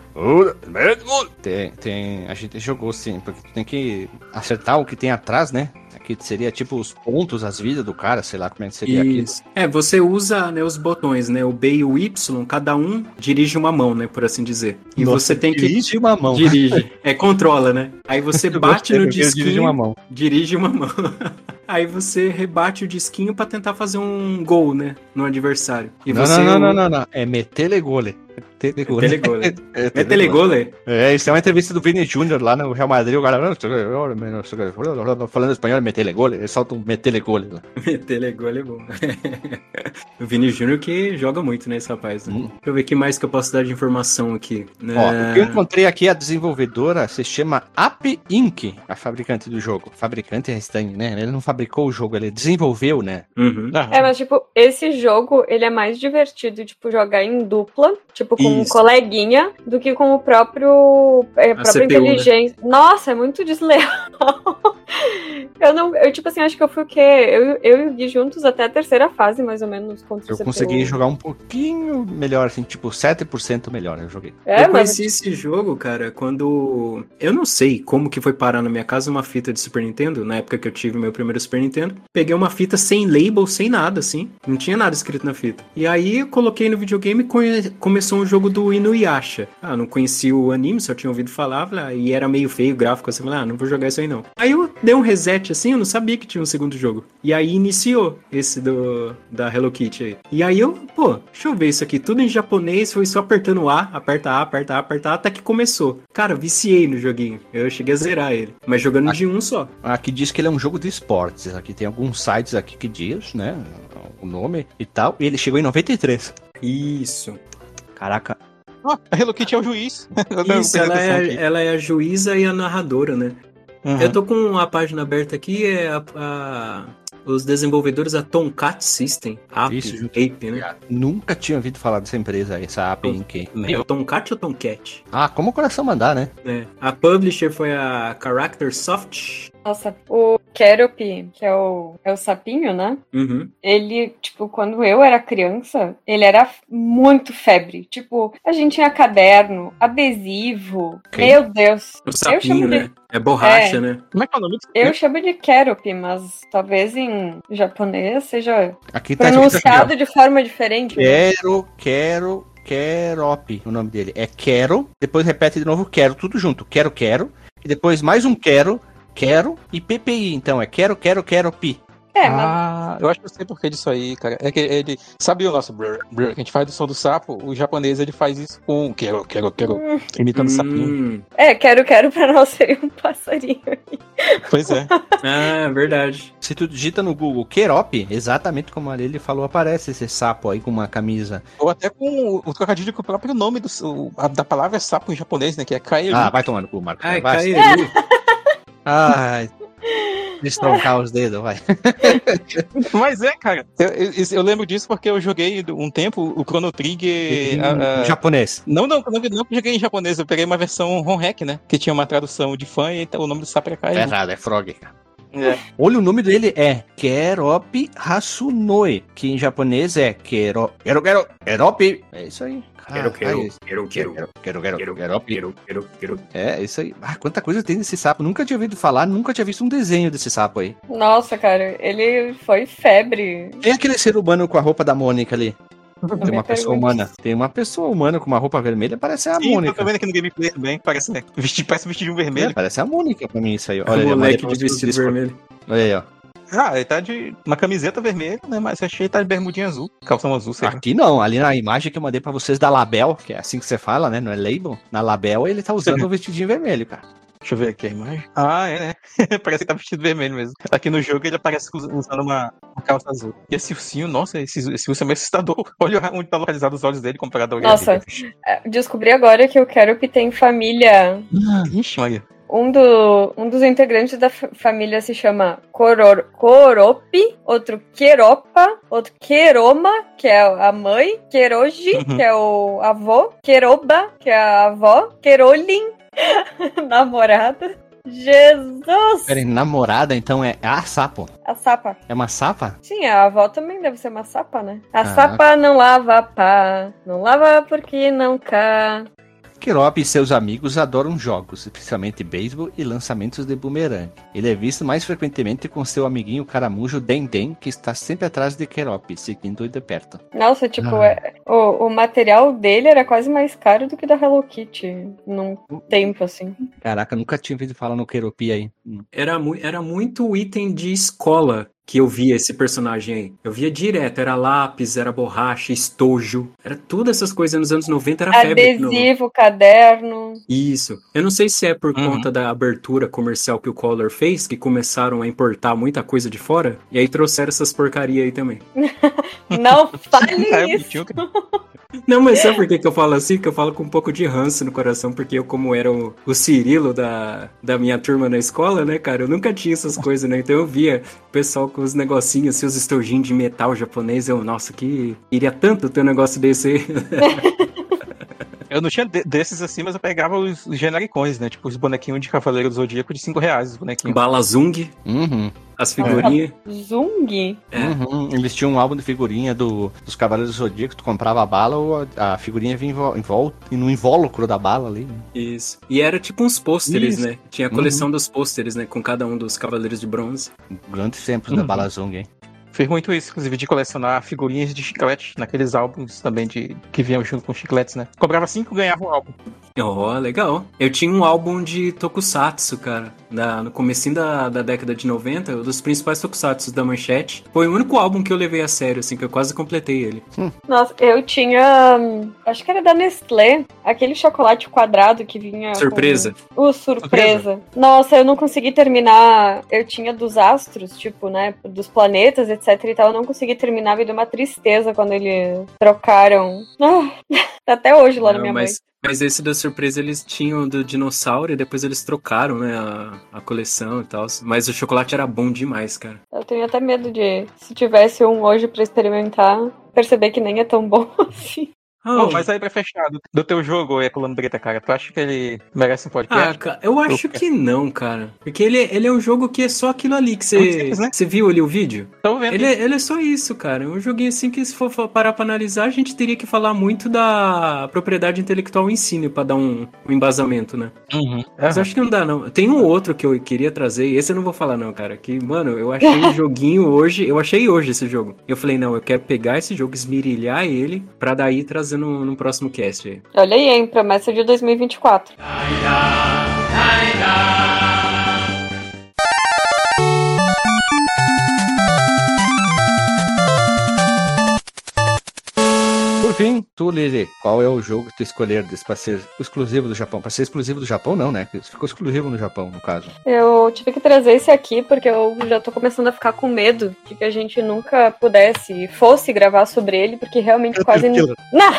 A gente jogou, sim, porque tu tem que acertar o que tem atrás, né? Que seria tipo os pontos, as vidas do cara, sei lá como é que seria aquilo. Você usa, né, os botões, né? O B e o Y, cada um dirige uma mão, né? Por assim dizer. E você tem que... Dirige uma mão. Dirige. Controla, né? Aí você bate no disquinho... Dirige uma mão. Dirige uma mão. Aí você rebate o disquinho pra tentar fazer um gol, né? No adversário. E não. É metelegole. Metelegole? Isso é uma entrevista do Vini Júnior lá no Real Madrid. O cara falando espanhol, metelegole. Ele solta um metelegole lá. Metelegole é bom. O Vini Júnior que joga muito, né, esse rapaz. Né? Deixa eu ver o que mais que eu posso dar de informação aqui. O que eu encontrei aqui, a desenvolvedora se chama App Inc., a fabricante do jogo. Fabricante é estranho, né? Ele não fabricou o jogo, ele desenvolveu, né? Mas tipo, esse jogo, ele é mais divertido, tipo, jogar em dupla, tipo, com um coleguinha, do que com o próprio própria inteligência. Né? Nossa, é muito desleal. Eu tipo assim, acho que eu fui o quê? Eu e o Gui juntos até a terceira fase, mais ou menos, contra o CPU. Eu consegui jogar um pouquinho melhor, assim, tipo, 7% melhor eu joguei. Eu conheci esse jogo, cara, quando... Eu não sei como que foi parar na minha casa uma fita de Super Nintendo, na época que eu tive meu primeiro Super Nintendo. Peguei uma fita sem label, sem nada, assim. Não tinha nada escrito na fita. E aí eu coloquei no videogame e começou um jogo do Inuyasha. Não conhecia o anime, só tinha ouvido falar, e era meio feio o gráfico, assim, não vou jogar isso aí não. Aí eu dei um reset, assim, eu não sabia que tinha um segundo jogo. E aí iniciou esse da Hello Kitty aí. E aí eu, deixa eu ver isso aqui, tudo em japonês, foi só apertando aperta A, até que começou. Cara, viciei no joguinho. Eu cheguei a zerar ele, mas jogando de um só. Aqui diz que ele é um jogo de esportes. Aqui tem alguns sites aqui que diz, né, o nome e tal. E ele chegou em 93. Isso. Caraca. A Hello Kitty é o juiz. Isso, ela é a juíza e a narradora, né? Eu tô com a página aberta aqui, os desenvolvedores da Tomcat System, Ape, né? Nunca tinha ouvido falar dessa empresa aí, essa Ape Inc. É o Tomcat ou Tomcat? Como o coração mandar, né? A publisher foi a Character Soft. Nossa, o Keroppi, que é o sapinho, né? Uhum. Ele, tipo, quando eu era criança, ele era muito febre. Tipo, a gente tinha caderno, adesivo. Okay. Meu Deus. O sapinho, né? É borracha, né? Como é que é o nome disso? Eu chamo de Keroppi, mas talvez em japonês seja Aqui tá pronunciado de forma diferente. Keroppi, o nome dele. É quero, depois repete de novo quero, tudo junto. Quero, e depois mais um quero e PPI. Então é quero, pi. Mas... eu acho que eu sei porquê disso aí, cara. É que ele... Sabe o nosso brr, que a gente faz do som do sapo? O japonês, ele faz isso com quero, imitando o sapinho. Quero pra nós seria um passarinho. Pois é. Verdade. Se tu digita no Google Keroppi, exatamente como a Lili falou, aparece esse sapo aí com uma camisa. Ou até com o trocadilho com o próprio nome da palavra sapo em japonês, né? Que é kaeru. Vai tomando cu, Marco. Kaeru. Destroncar os dedos, vai. Mas cara, eu lembro disso porque eu joguei um tempo o Chrono Trigger em japonês. Não que eu joguei em japonês, eu peguei uma versão ROM-hack, né? Que tinha uma tradução de fã e o nome do sapo era Kaeru. É errado, é Frog, cara. É. Olha, o nome dele é Keroppi Hasunoi, que em japonês é Keroppi. É isso aí. Quero. É, isso aí. Quanta coisa tem desse sapo. Nunca tinha ouvido falar, nunca tinha visto um desenho desse sapo aí. Nossa, cara, ele foi febre. Tem aquele ser humano com a roupa da Mônica ali. Tem uma pessoa humana. Tem uma pessoa humana com uma roupa vermelha, parece a Mônica. Eu tô vendo aqui no gameplay também, parece vestidinho vermelho. Parece a Mônica pra mim isso aí. Olha, o moleque de vestido vermelho. Olha aí, ó. Ele tá de uma camiseta vermelha, né? Mas eu achei que ele tá de bermudinha azul, calção azul, sei lá. Aqui não, ali na imagem que eu mandei pra vocês da Label, que é assim que você fala, né? Não é label. Na Label ele tá usando o vestidinho vermelho, cara. Deixa eu ver aqui a imagem. É, né? Parece que tá vestido vermelho mesmo. Aqui no jogo ele aparece usando uma calça azul. E esse ursinho, nossa, esse urso é meio assustador. Olha onde tá localizado os olhos dele comparado ao Nossa, descobri agora que eu quero que tem família. Ixi, Maria. Um dos integrantes da família se chama Keroppi, outro Keropa, outro Keroma, que é a mãe, Keroji, que é o avô, Keroba, que é a avó, Kerolin, namorada. Jesus! Peraí, namorada, então é a sapo? A sapa. É uma sapa? Sim, a avó também deve ser uma sapa, né? A sapa não lava pá, não lava porque não cá. Keroppi e seus amigos adoram jogos, especialmente beisebol e lançamentos de bumerangue. Ele é visto mais frequentemente com seu amiguinho caramujo Den, que está sempre atrás de Keroppi, seguindo de perto. Nossa, tipo, o material dele era quase mais caro do que da Hello Kitty, num tempo, assim. Caraca, nunca tinha ouvido falar no Keroppi aí. Era muito item de escola que eu via esse personagem aí. Eu via direto, era lápis, era borracha, estojo, era tudo essas coisas nos anos 90, era febre. Adesivo, caderno. Isso. Eu não sei se é por conta da abertura comercial que o Collor fez, que começaram a importar muita coisa de fora, e aí trouxeram essas porcaria aí também. Não fale isso! Não, mas sabe por que eu falo assim? Que eu falo com um pouco de ranço no coração, porque eu, como era o Cirilo da minha turma na escola, né, cara, eu nunca tinha essas coisas, né? Então eu via o pessoal com os negocinhos, assim, os estojinhos de metal japonês, nossa, que iria tanto ter um negócio desse aí. Eu não tinha desses assim, mas eu pegava os genericões, né? Tipo os bonequinhos de Cavaleiro do Zodíaco de R$5, os bonequinhos. Bala Zung. As figurinhas. Zung? Eles tinham um álbum de figurinha dos Cavaleiros do Zodíaco, tu comprava a bala ou a figurinha vinha no invólucro da bala ali. Né? Isso. E era tipo uns pôsteres, né? Tinha a coleção dos pôsteres, né? Com cada um dos Cavaleiros de Bronze. Grandes tempos da Bala Zung, hein? Fiz muito isso, inclusive, de colecionar figurinhas de chiclete naqueles álbuns também que vinham junto com chicletes, né? Cobrava 5 e ganhava um álbum. Legal. Eu tinha um álbum de Tokusatsu, cara. No comecinho da década de 90, um dos principais Tokusatsu da Manchete. Foi o único álbum que eu levei a sério, assim, que eu quase completei ele. Nossa, eu tinha... Acho que era da Nestlé. Aquele chocolate quadrado que vinha... Surpresa. Surpresa. Nossa, eu não consegui terminar... Eu tinha dos astros, tipo, né? Dos planetas, etc e tal. Eu não consegui terminar. Me deu uma tristeza quando eles trocaram. Tá até hoje lá na minha mãe. Mas esse da surpresa eles tinham do dinossauro e depois eles trocaram, né, a coleção e tal. Mas o chocolate era bom demais, cara. Eu tenho até medo de, se tivesse um hoje pra experimentar, perceber que nem é tão bom assim. Mas aí pra fechar, do teu jogo, Lambreta, cara, tu acha que ele merece um podcast? Cara, eu acho que não, cara. Porque ele é um jogo que é só aquilo ali que você viu ali o vídeo? Tô vendo. Ele é só isso, cara. É um joguinho assim que, se for parar pra analisar, a gente teria que falar muito da propriedade intelectual em si, né, pra dar um embasamento, né? Mas acho que não dá, não. Tem um outro que eu queria trazer, e esse eu não vou falar, não, cara. Que, mano, eu achei o joguinho hoje. Eu achei hoje esse jogo. Eu falei, não, eu quero pegar esse jogo, esmirilhar ele, pra daí trazer no próximo cast aí. Olha aí, hein? Promessa de 2024. Por fim, tu, Lili, qual é o jogo que tu escolher pra ser exclusivo do Japão? Pra ser exclusivo do Japão, não, né? Ficou exclusivo no Japão, no caso. Eu tive que trazer esse aqui porque eu já tô começando a ficar com medo de que a gente nunca fosse gravar sobre ele, porque realmente quase... Não!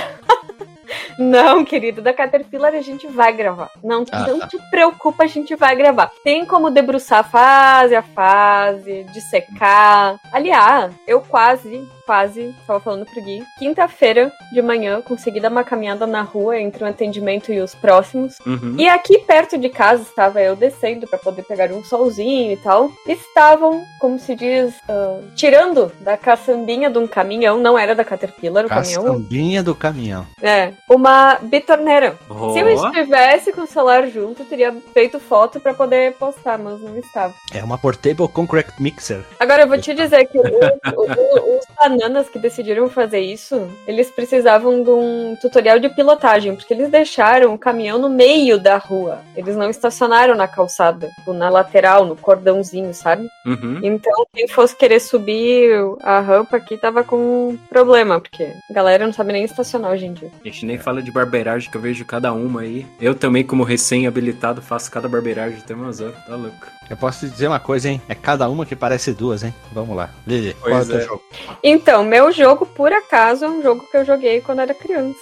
Não, querido, da Caterpillar a gente vai gravar. Não te preocupa, a gente vai gravar. Tem como debruçar fase a fase, dissecar. Aliás, eu quase, tava falando pro Gui, quinta-feira de manhã consegui dar uma caminhada na rua entre um atendimento e os próximos. E aqui perto de casa estava eu descendo pra poder pegar um solzinho e tal. Estavam, como se diz, tirando da caçambinha de um caminhão, não era da Caterpillar o caminhão. Caçambinha do caminhão. Uma bitorneira. Se eu estivesse com o celular junto, eu teria feito foto pra poder postar, mas não estava. É uma Portable Concrete Mixer. Agora, eu vou te dizer que os bananas que decidiram fazer isso, eles precisavam de um tutorial de pilotagem, porque eles deixaram o caminhão no meio da rua. Eles não estacionaram na calçada, na lateral, no cordãozinho, sabe? Então, quem fosse querer subir a rampa aqui tava com problema, porque a galera não sabe nem estacionar hoje em dia. A gente nem fala de barbeiragem, que eu vejo cada uma aí. Eu também, como recém-habilitado, faço cada barbeiragem até umas horas. Tá louco. Eu posso te dizer uma coisa, hein? É cada uma que parece duas, hein? Vamos lá. Lili, qual é o teu jogo? Então, meu jogo, por acaso, é um jogo que eu joguei quando era criança.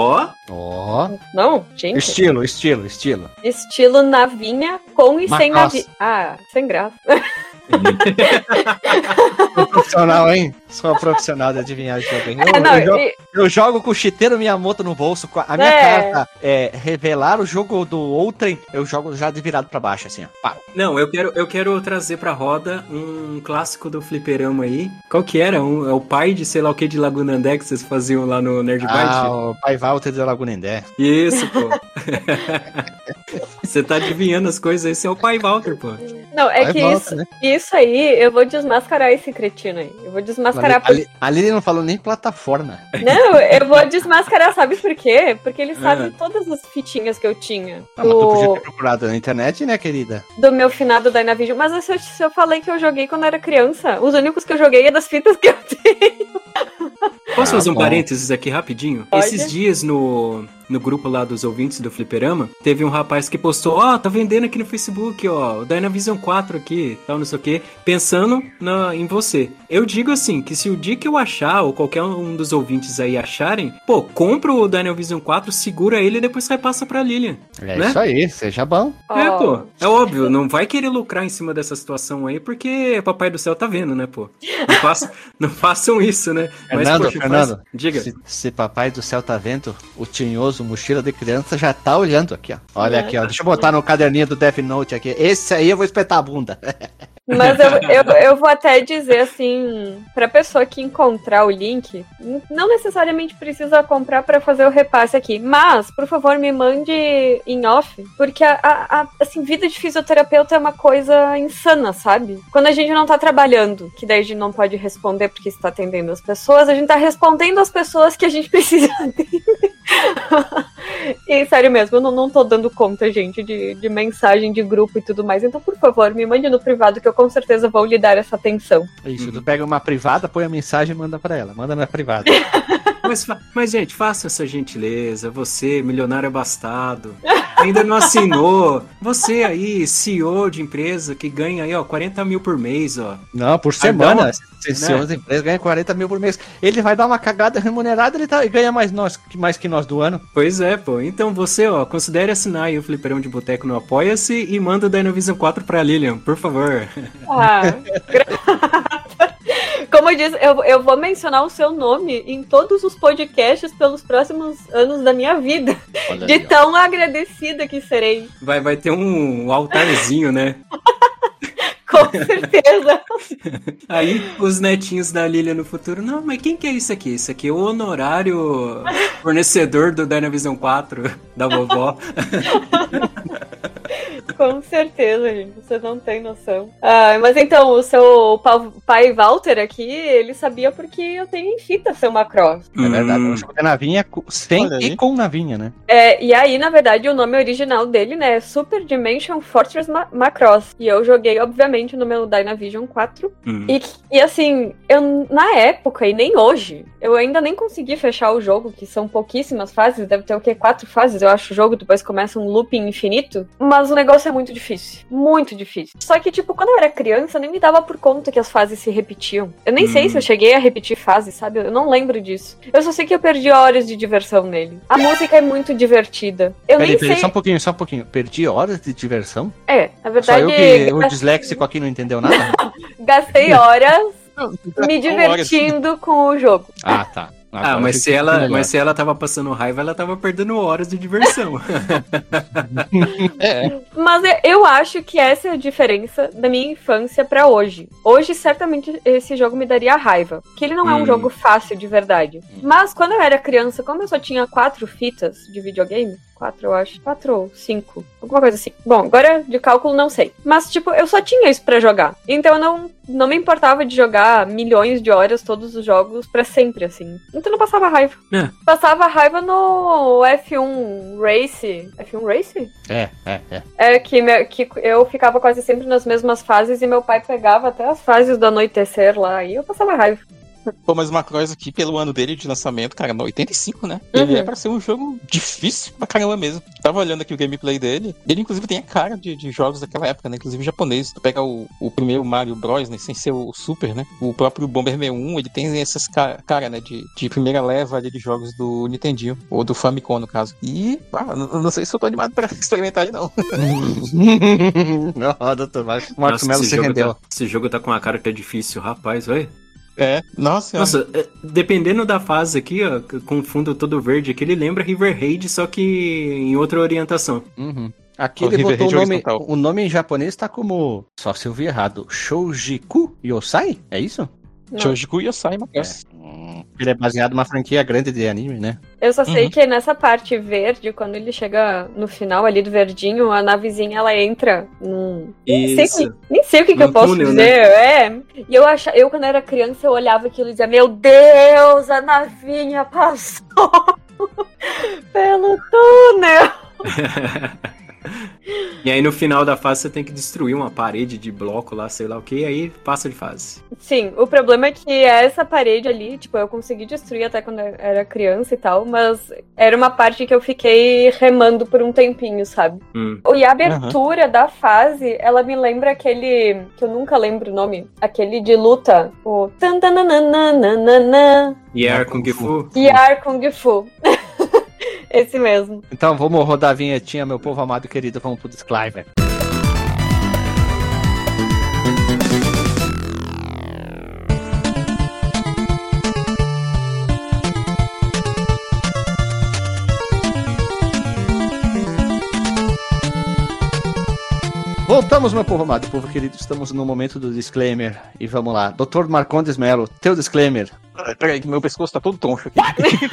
Não, gente. Estilo. Estilo navinha com e sem navinha. Sem graça. Sou profissional, hein? Sou profissional de adivinhar esse jogo, hein? Eu jogo com o Shigeru Miyamoto no bolso. A minha carta é revelar o jogo do outrem. Eu jogo já de virado pra baixo, assim, ó. Pá. Não, eu quero trazer pra roda um clássico do fliperama aí. Qual que era? É o pai de sei lá o que de Lagunandé que vocês faziam lá no Nerd Byte? O pai Walter de Lagunandé. Isso, pô. Você tá adivinhando as coisas, esse é o pai Walter, pô. Não, é que isso aí, eu vou desmascarar esse cretino aí. Eu vou desmascarar... A Lili não falou nem plataforma. Não, eu vou desmascarar, sabe por quê? Porque ele sabe todas as fitinhas que eu tinha. Mas tu podia ter procurado na internet, né, querida? Do meu finado Dynavision. Mas se eu falei que eu joguei quando era criança, os únicos que eu joguei é das fitas que eu tenho. Posso fazer um parênteses aqui rapidinho? Pode. Esses dias no grupo lá dos ouvintes do Fliperama, teve um rapaz que postou, tá vendendo aqui no Facebook, o Dynavision 4 aqui, tal, não sei o que, pensando em você. Eu digo assim, que se o dia que eu achar, ou qualquer um dos ouvintes aí acharem, compra o Dynavision 4, segura ele e depois repassa pra Lilian. É, né? Isso aí, seja bom. É óbvio, não vai querer lucrar em cima dessa situação aí, porque Papai do Céu tá vendo, né, pô? Não façam isso, né? Fernando, diga. Se Papai do Céu tá vendo, o tinhoso mochila de criança já tá olhando aqui, ó. Olha aqui, ó. Deixa eu botar no caderninho do Death Note aqui. Esse aí eu vou espetar a bunda. Mas eu vou até dizer assim, pra pessoa que encontrar o link, não necessariamente precisa comprar pra fazer o repasse aqui, mas, por favor, me mande em off, porque assim, vida de fisioterapeuta é uma coisa insana, sabe? Quando a gente não tá trabalhando, que daí a gente não pode responder porque está atendendo as pessoas, a gente tá respondendo as pessoas que a gente precisa atender. E sério mesmo, eu não tô dando conta, gente, de mensagem de grupo e tudo mais. Então, por favor, me mande no privado que eu com certeza vou lhe dar essa atenção. Isso, tu pega uma privada, põe a mensagem e manda pra ela. Manda na privada. Mas, gente, faça essa gentileza. Você, milionário abastado, ainda não assinou. Você aí, CEO de empresa que ganha aí, 40 mil por mês, ó. Não, por semana. CEO de empresa ganha 40 mil por mês. Ele vai dar uma cagada remunerada e ganha mais que nós do ano. Pois é, pô. Então você, considere assinar aí o Fliperão de Boteco no Apoia-se e manda o Dynavision 4 pra Lilian, por favor. Como eu disse, eu vou mencionar o seu nome em todos os podcasts pelos próximos anos da minha vida. Olha de aí, tão agradecida que serei. Vai ter um altarzinho, né? Com certeza. Aí os netinhos da Lilia no futuro, não, mas quem que é isso aqui? Isso aqui é o honorário fornecedor do Dynavision 4 da vovó. Com certeza, gente. Você não tem noção. Mas então, o seu pai Walter aqui, ele sabia porque eu tenho em fita seu Macross. É verdade. Eu joguei navinha sem e com navinha, né? E aí, na verdade, o nome original dele, né, é Super Dimension Fortress Macross. E eu joguei, obviamente, no meu Dynavision 4. E assim, eu na época, e nem hoje, eu ainda nem consegui fechar o jogo, que são pouquíssimas fases, deve ter o quê? 4 fases, eu acho, o jogo, depois começa um looping infinito. Mas o negócio é muito difícil. Muito difícil. Só que, tipo, quando eu era criança, eu nem me dava por conta que as fases se repetiam. Eu nem sei se eu cheguei a repetir fases, sabe? Eu não lembro disso. Eu só sei que eu perdi horas de diversão nele. A música é muito divertida. Peraí, só um pouquinho. Perdi horas de diversão? Na verdade... Só eu que o disléxico aqui não entendeu nada? Gastei horas me divertindo com o jogo. Ah, tá. Mas se ela tava passando raiva, ela tava perdendo horas de diversão. Mas eu acho que essa é a diferença da minha infância pra hoje. Hoje, certamente, esse jogo me daria raiva. Que ele não é um jogo fácil, de verdade. Mas, quando eu era criança, como eu só tinha 4 fitas de videogame... 4, eu acho. 4 ou 5. Alguma coisa assim. Bom, agora de cálculo não sei. Mas, tipo, eu só tinha isso pra jogar. Então eu não me importava de jogar milhões de horas todos os jogos pra sempre, assim. Então não passava raiva. Passava raiva no F1 Race. F1 Race? Que eu ficava quase sempre nas mesmas fases e meu pai pegava até as fases do anoitecer lá e eu passava raiva. Pô, mas o Macross aqui, pelo ano dele de lançamento, cara, no 85, né? Ele é pra ser um jogo difícil pra caramba mesmo. Tava olhando aqui o gameplay dele. Ele, inclusive, tem a cara de jogos daquela época, né? Inclusive japonês. Tu pega o primeiro Mario Bros, né? Sem ser o Super, né? O próprio Bomberman 1, ele tem essas cara, né? De primeira leva ali de jogos do Nintendinho. Ou do Famicom, no caso. E, não sei se eu tô animado pra experimentar ele, não. Não, doutor Marcos Melo se rendeu. Esse jogo tá com uma cara que é difícil, rapaz, velho. Nossa, dependendo da fase aqui, ó, com o fundo todo verde aqui, ele lembra River Raid, só que em outra orientação. Aqui ele botou o nome em japonês tá como, só se eu vi errado, Shoujiku Yosai? É isso? Shoujiku Yosai, Macross. Ele é baseado numa franquia grande de anime, né? Eu só sei que nessa parte verde, quando ele chega no final ali do verdinho, a navezinha ela entra num... Nem sei o que eu posso túnel, dizer. Né? E eu quando era criança, eu olhava aquilo e dizia, meu Deus, a navinha passou pelo túnel. E aí no final da fase você tem que destruir uma parede de bloco lá, sei lá o que, e aí passa de fase. Sim, o problema é que essa parede ali, tipo, eu consegui destruir até quando eu era criança e tal, mas era uma parte que eu fiquei remando por um tempinho, sabe? E a abertura da fase, ela me lembra aquele, que eu nunca lembro o nome, aquele de luta, o... Yar Kung Fu? Yar Kung Fu. Esse mesmo. Então vamos rodar a vinhetinha, meu povo amado e querido, vamos pro Disclaimer. Voltamos, meu povo amado, povo querido, estamos no momento do Disclaimer e vamos lá. Dr. Marcondes Melo, teu Disclaimer. Peraí, que meu pescoço tá todo troncho aqui.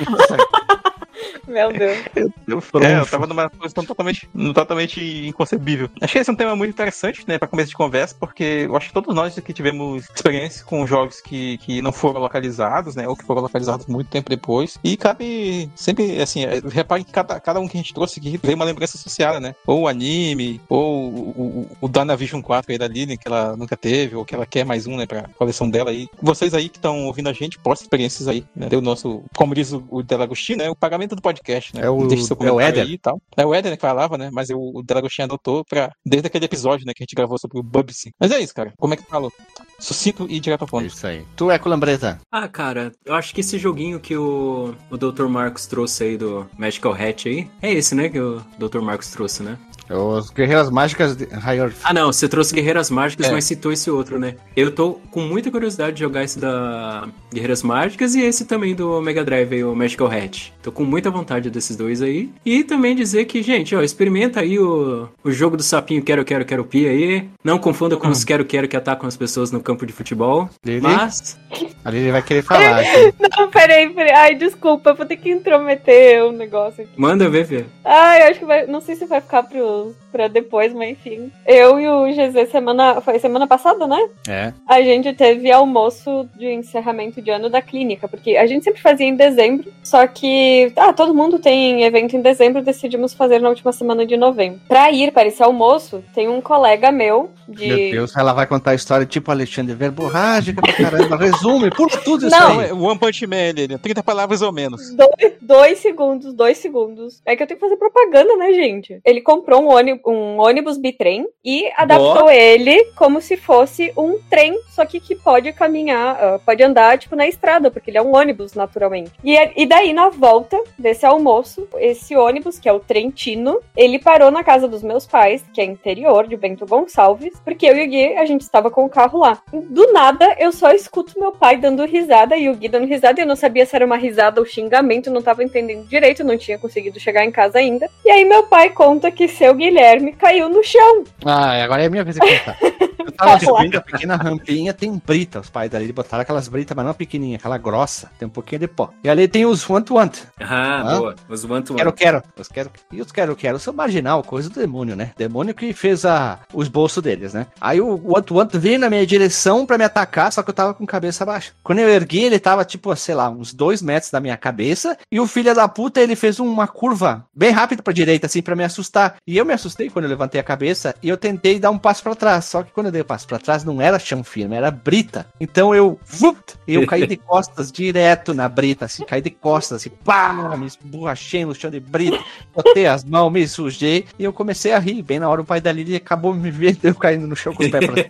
Meu Deus. Eu tava numa posição totalmente inconcebível. Achei esse um tema muito interessante, né, pra começo de conversa, porque eu acho que todos nós aqui tivemos experiência com jogos que não foram localizados, né, ou que foram localizados muito tempo depois. E cabe sempre, assim, reparem que cada um que a gente trouxe aqui veio uma lembrança associada, né, ou o anime, ou o Dynavision 4 aí da Lilian, que ela nunca teve, ou que ela quer mais um, né, pra coleção dela aí. Vocês aí que estão ouvindo a gente, postem experiências aí, né, o nosso, como diz o Delagostinho, né, o pagamento do podcast, né? É o Éder. E tal. É o Éder, né, que falava, né? Mas o Delagostinho adotou desde aquele episódio, né, que a gente gravou sobre o Bubsy. Mas é isso, cara. Como é que falou? Sucinto e direto ao ponto. Isso aí. Tu é Colambreta? Cara, eu acho que esse joguinho que o Dr. Marcos trouxe aí do Magical Hat aí, é esse, né, que o Dr. Marcos trouxe, né? Os Guerreiras Mágicas de Higher... Ah, não, você trouxe Guerreiras Mágicas, mas citou esse outro, né? Eu tô com muita curiosidade de jogar esse da Guerreiras Mágicas e esse também do Mega Drive, o Magical Hat. Tô com muita vontade desses dois aí. E também dizer que, gente, ó, experimenta aí o jogo do sapinho Quero Pi aí. Não confunda com os Quero que atacam as pessoas no campo de futebol. Mas... Ali ele vai querer falar. Não, peraí. Ai, desculpa, vou ter que intrometer o negócio aqui. Manda ver, Fê. Ai, acho que vai... Não sei se vai ficar pra depois, mas enfim. Eu e o GZ foi semana passada, né? É. A gente teve almoço de encerramento de ano da clínica, porque a gente sempre fazia em dezembro, só que todo mundo tem evento em dezembro, decidimos fazer na última semana de novembro. Pra ir para esse almoço, tem um colega meu de... Meu Deus, ela vai contar a história tipo Alexandre verborrágica pra caramba, resume, pula tudo isso não. aí. O One Punch Man, ele 30 palavras ou menos. 2 segundos. É que eu tenho que fazer propaganda, né, gente? Ele comprou um ônibus bitrem e adaptou ele como se fosse um trem, só que pode caminhar, pode andar, tipo, na estrada, porque ele é um ônibus, naturalmente. E daí, na volta desse almoço, esse ônibus, que é o Trentino, ele parou na casa dos meus pais, que é interior, de Bento Gonçalves, porque eu e o Gui, a gente estava com o carro lá. Do nada, eu só escuto meu pai dando risada e o Gui dando risada, e eu não sabia se era uma risada ou xingamento, não tava entendendo direito, não tinha conseguido chegar em casa ainda. E aí meu pai conta que seu Guilherme caiu no chão. Agora é a minha vez de contar. Eu tava descobrindo a pequena rampinha, tem brita, os pais dali botaram aquelas britas, mas não pequenininha, aquela grossa, tem um pouquinho de pó. E ali tem os want. Boa, os want. Quero. E os quero são marginal, coisa do demônio, né? Demônio que fez o esboço deles, né? Aí o want veio na minha direção pra me atacar, só que eu tava com a cabeça baixa. Quando eu ergui, ele tava tipo, sei lá, uns 2 metros da minha cabeça, e o filho da puta, ele fez uma curva bem rápida pra direita, assim, pra me assustar. E eu me assustei quando eu levantei a cabeça, e eu tentei dar um passo pra trás, só que quando eu dei o passo pra trás, não era chão firme, era brita. Então eu caí de costas direto na brita, assim, caí de costas, assim, pá, me esborrachei no chão de brita, botei as mãos, me sujei, e eu comecei a rir. Bem na hora o pai da Lili acabou me vendo, eu caindo no chão com os pés pra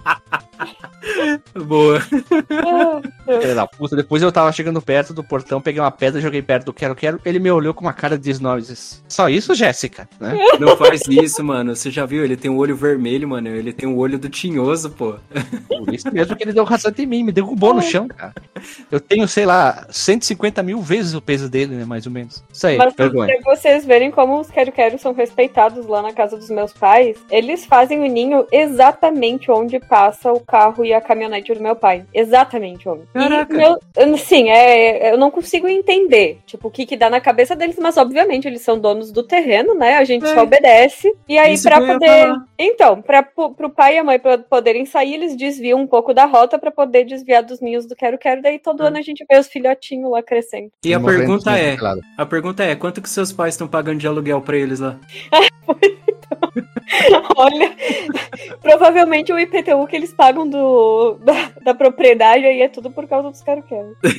cima. Boa. Filha da puta. Depois eu tava chegando perto do portão, peguei uma pedra, joguei perto do quero, ele me olhou com uma cara de desnós. Só isso, Jéssica, né? Não faz isso, mano. Você já viu? Ele tem um olho vermelho, mano. Ele tem o olho do Tinhoso, pô. Por isso mesmo que ele deu rasante em mim, me derrubou no chão, cara. Eu tenho, sei lá, 150 mil vezes o peso dele, né, mais ou menos. Isso aí, mas vergonha. Pra vocês verem como os quero são respeitados lá na casa dos meus pais, eles fazem o ninho exatamente onde passa o carro e a caminhonete do meu pai. Exatamente onde. Caraca. Eu não consigo entender, tipo, o que dá na cabeça deles, mas obviamente eles são donos do terreno, né? A gente só obedece. E aí, isso pra poder... Então, pro pai e a mãe poderem sair, eles desviam um pouco da rota pra poder desviar dos ninhos do quero, daí todo ano a gente vê os filhotinhos lá crescendo. E a pergunta é, quanto que seus pais estão pagando de aluguel pra eles lá? Olha, provavelmente o IPTU que eles pagam da propriedade aí é tudo por causa dos quero.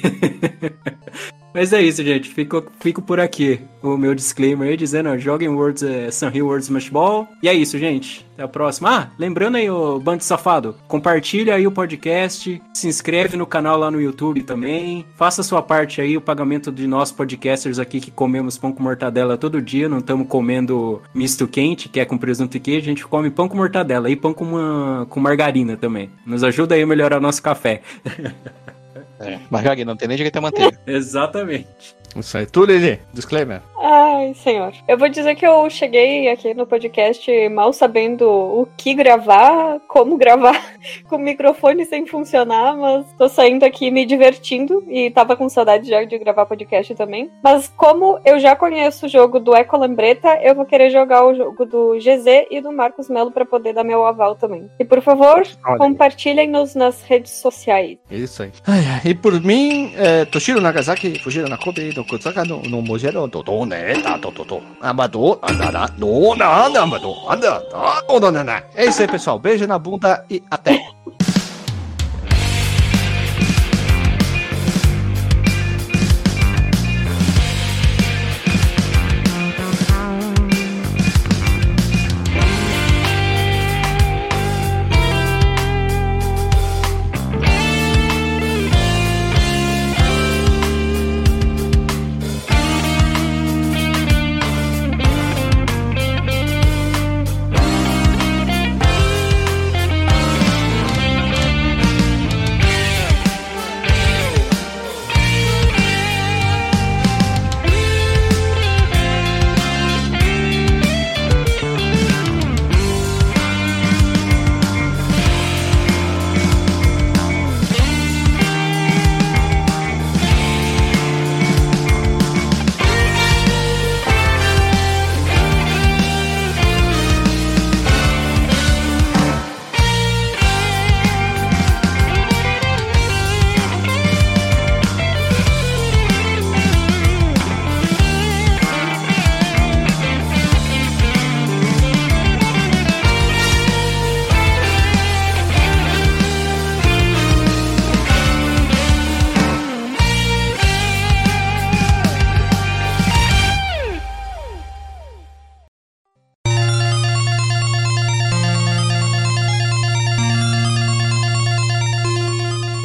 Mas é isso, gente. Fico por aqui. O meu disclaimer aí dizendo, joguem Sunhill World Smash Ball. E é isso, gente. Até a próxima. Lembrando aí, o Bando Safado, compartilha aí o podcast, se inscreve no canal lá no YouTube também. Faça a sua parte aí, o pagamento de nós podcasters aqui que comemos pão com mortadela todo dia. Não estamos comendo misto quente, que é com presunto e queijo. A gente come pão com mortadela e pão com margarina também. Nos ajuda aí a melhorar o nosso café. Margarina, não tem nem direito a manteiga. Exatamente. Isso aí. Tu, Lili, disclaimer. Ai, senhor. Eu vou dizer que eu cheguei aqui no podcast mal sabendo o que gravar, como gravar, com o microfone sem funcionar, mas tô saindo aqui me divertindo e tava com saudade já de gravar podcast também. Mas como eu já conheço o jogo do Eco Lambreta, eu vou querer jogar o jogo do GZ e do Marcos Melo pra poder dar meu aval também. E por favor, compartilhem-nos nas redes sociais. Isso aí. E por mim, Toshiro Nagasaki, Fujiro Nakobe, no Kutsaka, no Mojero, Dodo, né? Amado, andara, no, nada, amado, anda, nada. É isso aí, pessoal. Beijo na bunda e até.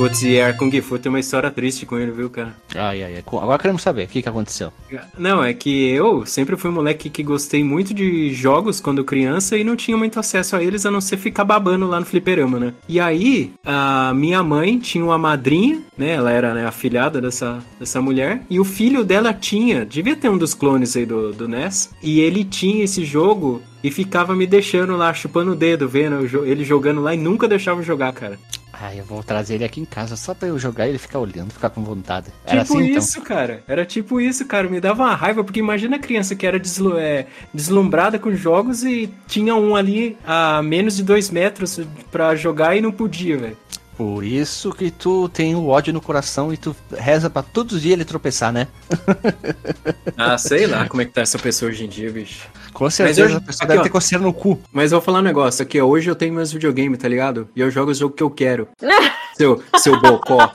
Putz, e a Kung Fu tem uma história triste com ele, viu, cara? Ai. Agora queremos saber o que aconteceu. Não, é que eu sempre fui um moleque que gostei muito de jogos quando criança e não tinha muito acesso a eles, a não ser ficar babando lá no fliperama, né? E aí, a minha mãe tinha uma madrinha, né? Ela era, né, afilhada dessa mulher, e o filho dela devia ter um dos clones aí do NES, e ele tinha esse jogo e ficava me deixando lá, chupando o dedo, vendo ele jogando lá e nunca deixava eu jogar, cara. Ai, eu vou trazer ele aqui em casa só pra eu jogar e ele ficar olhando, ficar com vontade. Era tipo assim, isso, então? Cara. Era tipo isso, cara. Me dava uma raiva, porque imagina a criança que era deslumbrada com jogos e tinha um ali a menos de 2 metros pra jogar e não podia, velho. Por isso que tu tem o ódio no coração e tu reza pra todos os dias ele tropeçar, né? Ah, sei lá como é que tá essa pessoa hoje em dia, bicho. Com certeza, a pessoa deve ter coceira no cu. Mas eu vou falar um negócio, aqui, ó, hoje eu tenho meus videogames, tá ligado? E eu jogo o jogo que eu quero. Seu bocó.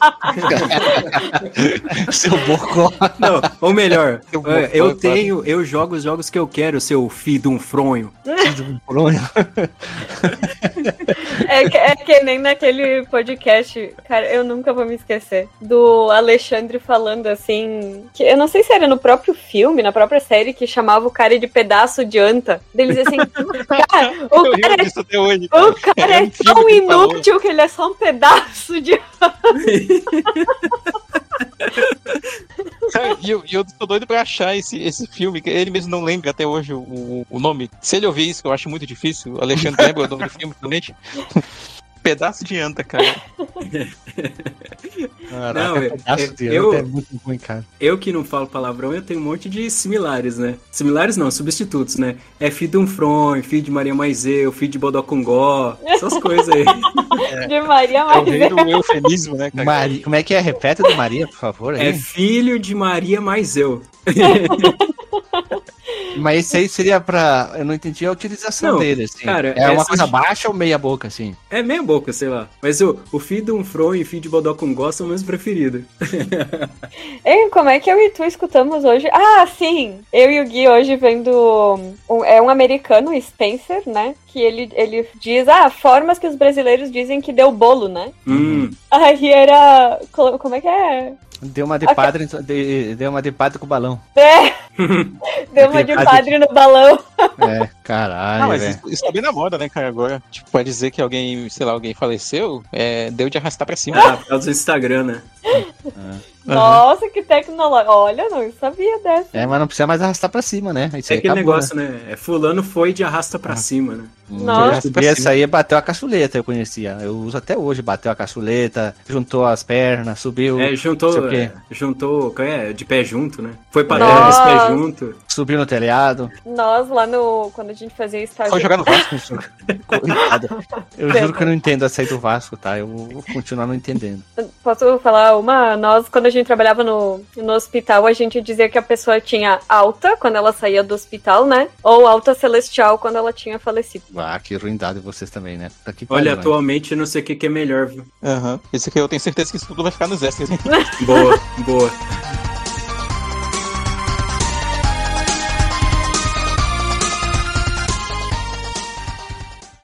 Seu bocó. Não, ou melhor, eu jogo os jogos que eu quero, seu filho de um fronho. Filho de um fronho. É que nem naquele podcast, cara, eu nunca vou me esquecer, do Alexandre falando assim, que eu não sei se era no próprio filme, na própria série, que chamava o cara de pedaço de anta. Ele dizia assim, cara, o cara é tão inútil que ele é só um pedaço de anta. E eu tô doido pra achar esse filme, que ele mesmo não lembra até hoje o nome. Se ele ouvir isso, que eu acho muito difícil, o Alexandre lembra o nome do filme, realmente. Pedaço de anta, cara. Caraca, não, pedaço de anta é muito ruim, cara. Eu que não falo palavrão, eu tenho um monte de similares, né? Similares não, substitutos, né? É filho de um fronho, filho de Maria Maiseu, filho de Bodocongó, essas coisas aí. De Maria Maiseu. É o rei do eufemismo, né, cara? Como é que é? Repete do Maria, por favor. Aí. É filho de Maria Maiseu. Mas isso aí seria pra... Eu não entendi a utilização dele, assim. Cara, é uma coisa baixa ou meia boca, assim? É meia boca, sei lá. Mas o filho de um fronho e filho de Bodocongó são meus preferidos. Ei, como é que eu e tu escutamos hoje? Ah, sim! Eu e o Gui hoje vendo... É um americano, Spencer, né? Que ele diz, formas que os brasileiros dizem que deu bolo, né? Aí era... Como é que é? Deu uma de padre, deu uma de padre com o balão. Deu uma de padre no balão. Caralho. Não, mas isso tá bem na moda, né, cara, agora. Tipo, pode dizer que alguém, sei lá, alguém faleceu, deu de arrastar pra cima. Por causa do Instagram, né? Nossa, que tecnologia. Olha, não sabia dessa. Mas não precisa mais arrastar pra cima, né? Isso é aquele acabou, negócio, né? Fulano foi de arrasta pra cima, né? Nossa. Essa aí bateu a caçuleta, eu conhecia. Eu uso até hoje, bateu a caçuleta, juntou as pernas, subiu. Juntou, de pé junto, né? Foi pra terra de pé junto. Subiu no telhado. Nós lá quando a gente fazia estágio. Foi jogar no Vasco, eu juro que eu não entendo essa aí do Vasco, tá? Eu vou continuar não entendendo. Posso falar uma? Nós, quando a gente trabalhava no hospital, a gente dizia que a pessoa tinha alta quando ela saía do hospital, né? Ou alta celestial quando ela tinha falecido. Que ruindade vocês também, né? Olha, atualmente eu não sei o que é melhor, viu? Isso aqui eu tenho certeza que isso tudo vai ficar nos extras, hein? Boa.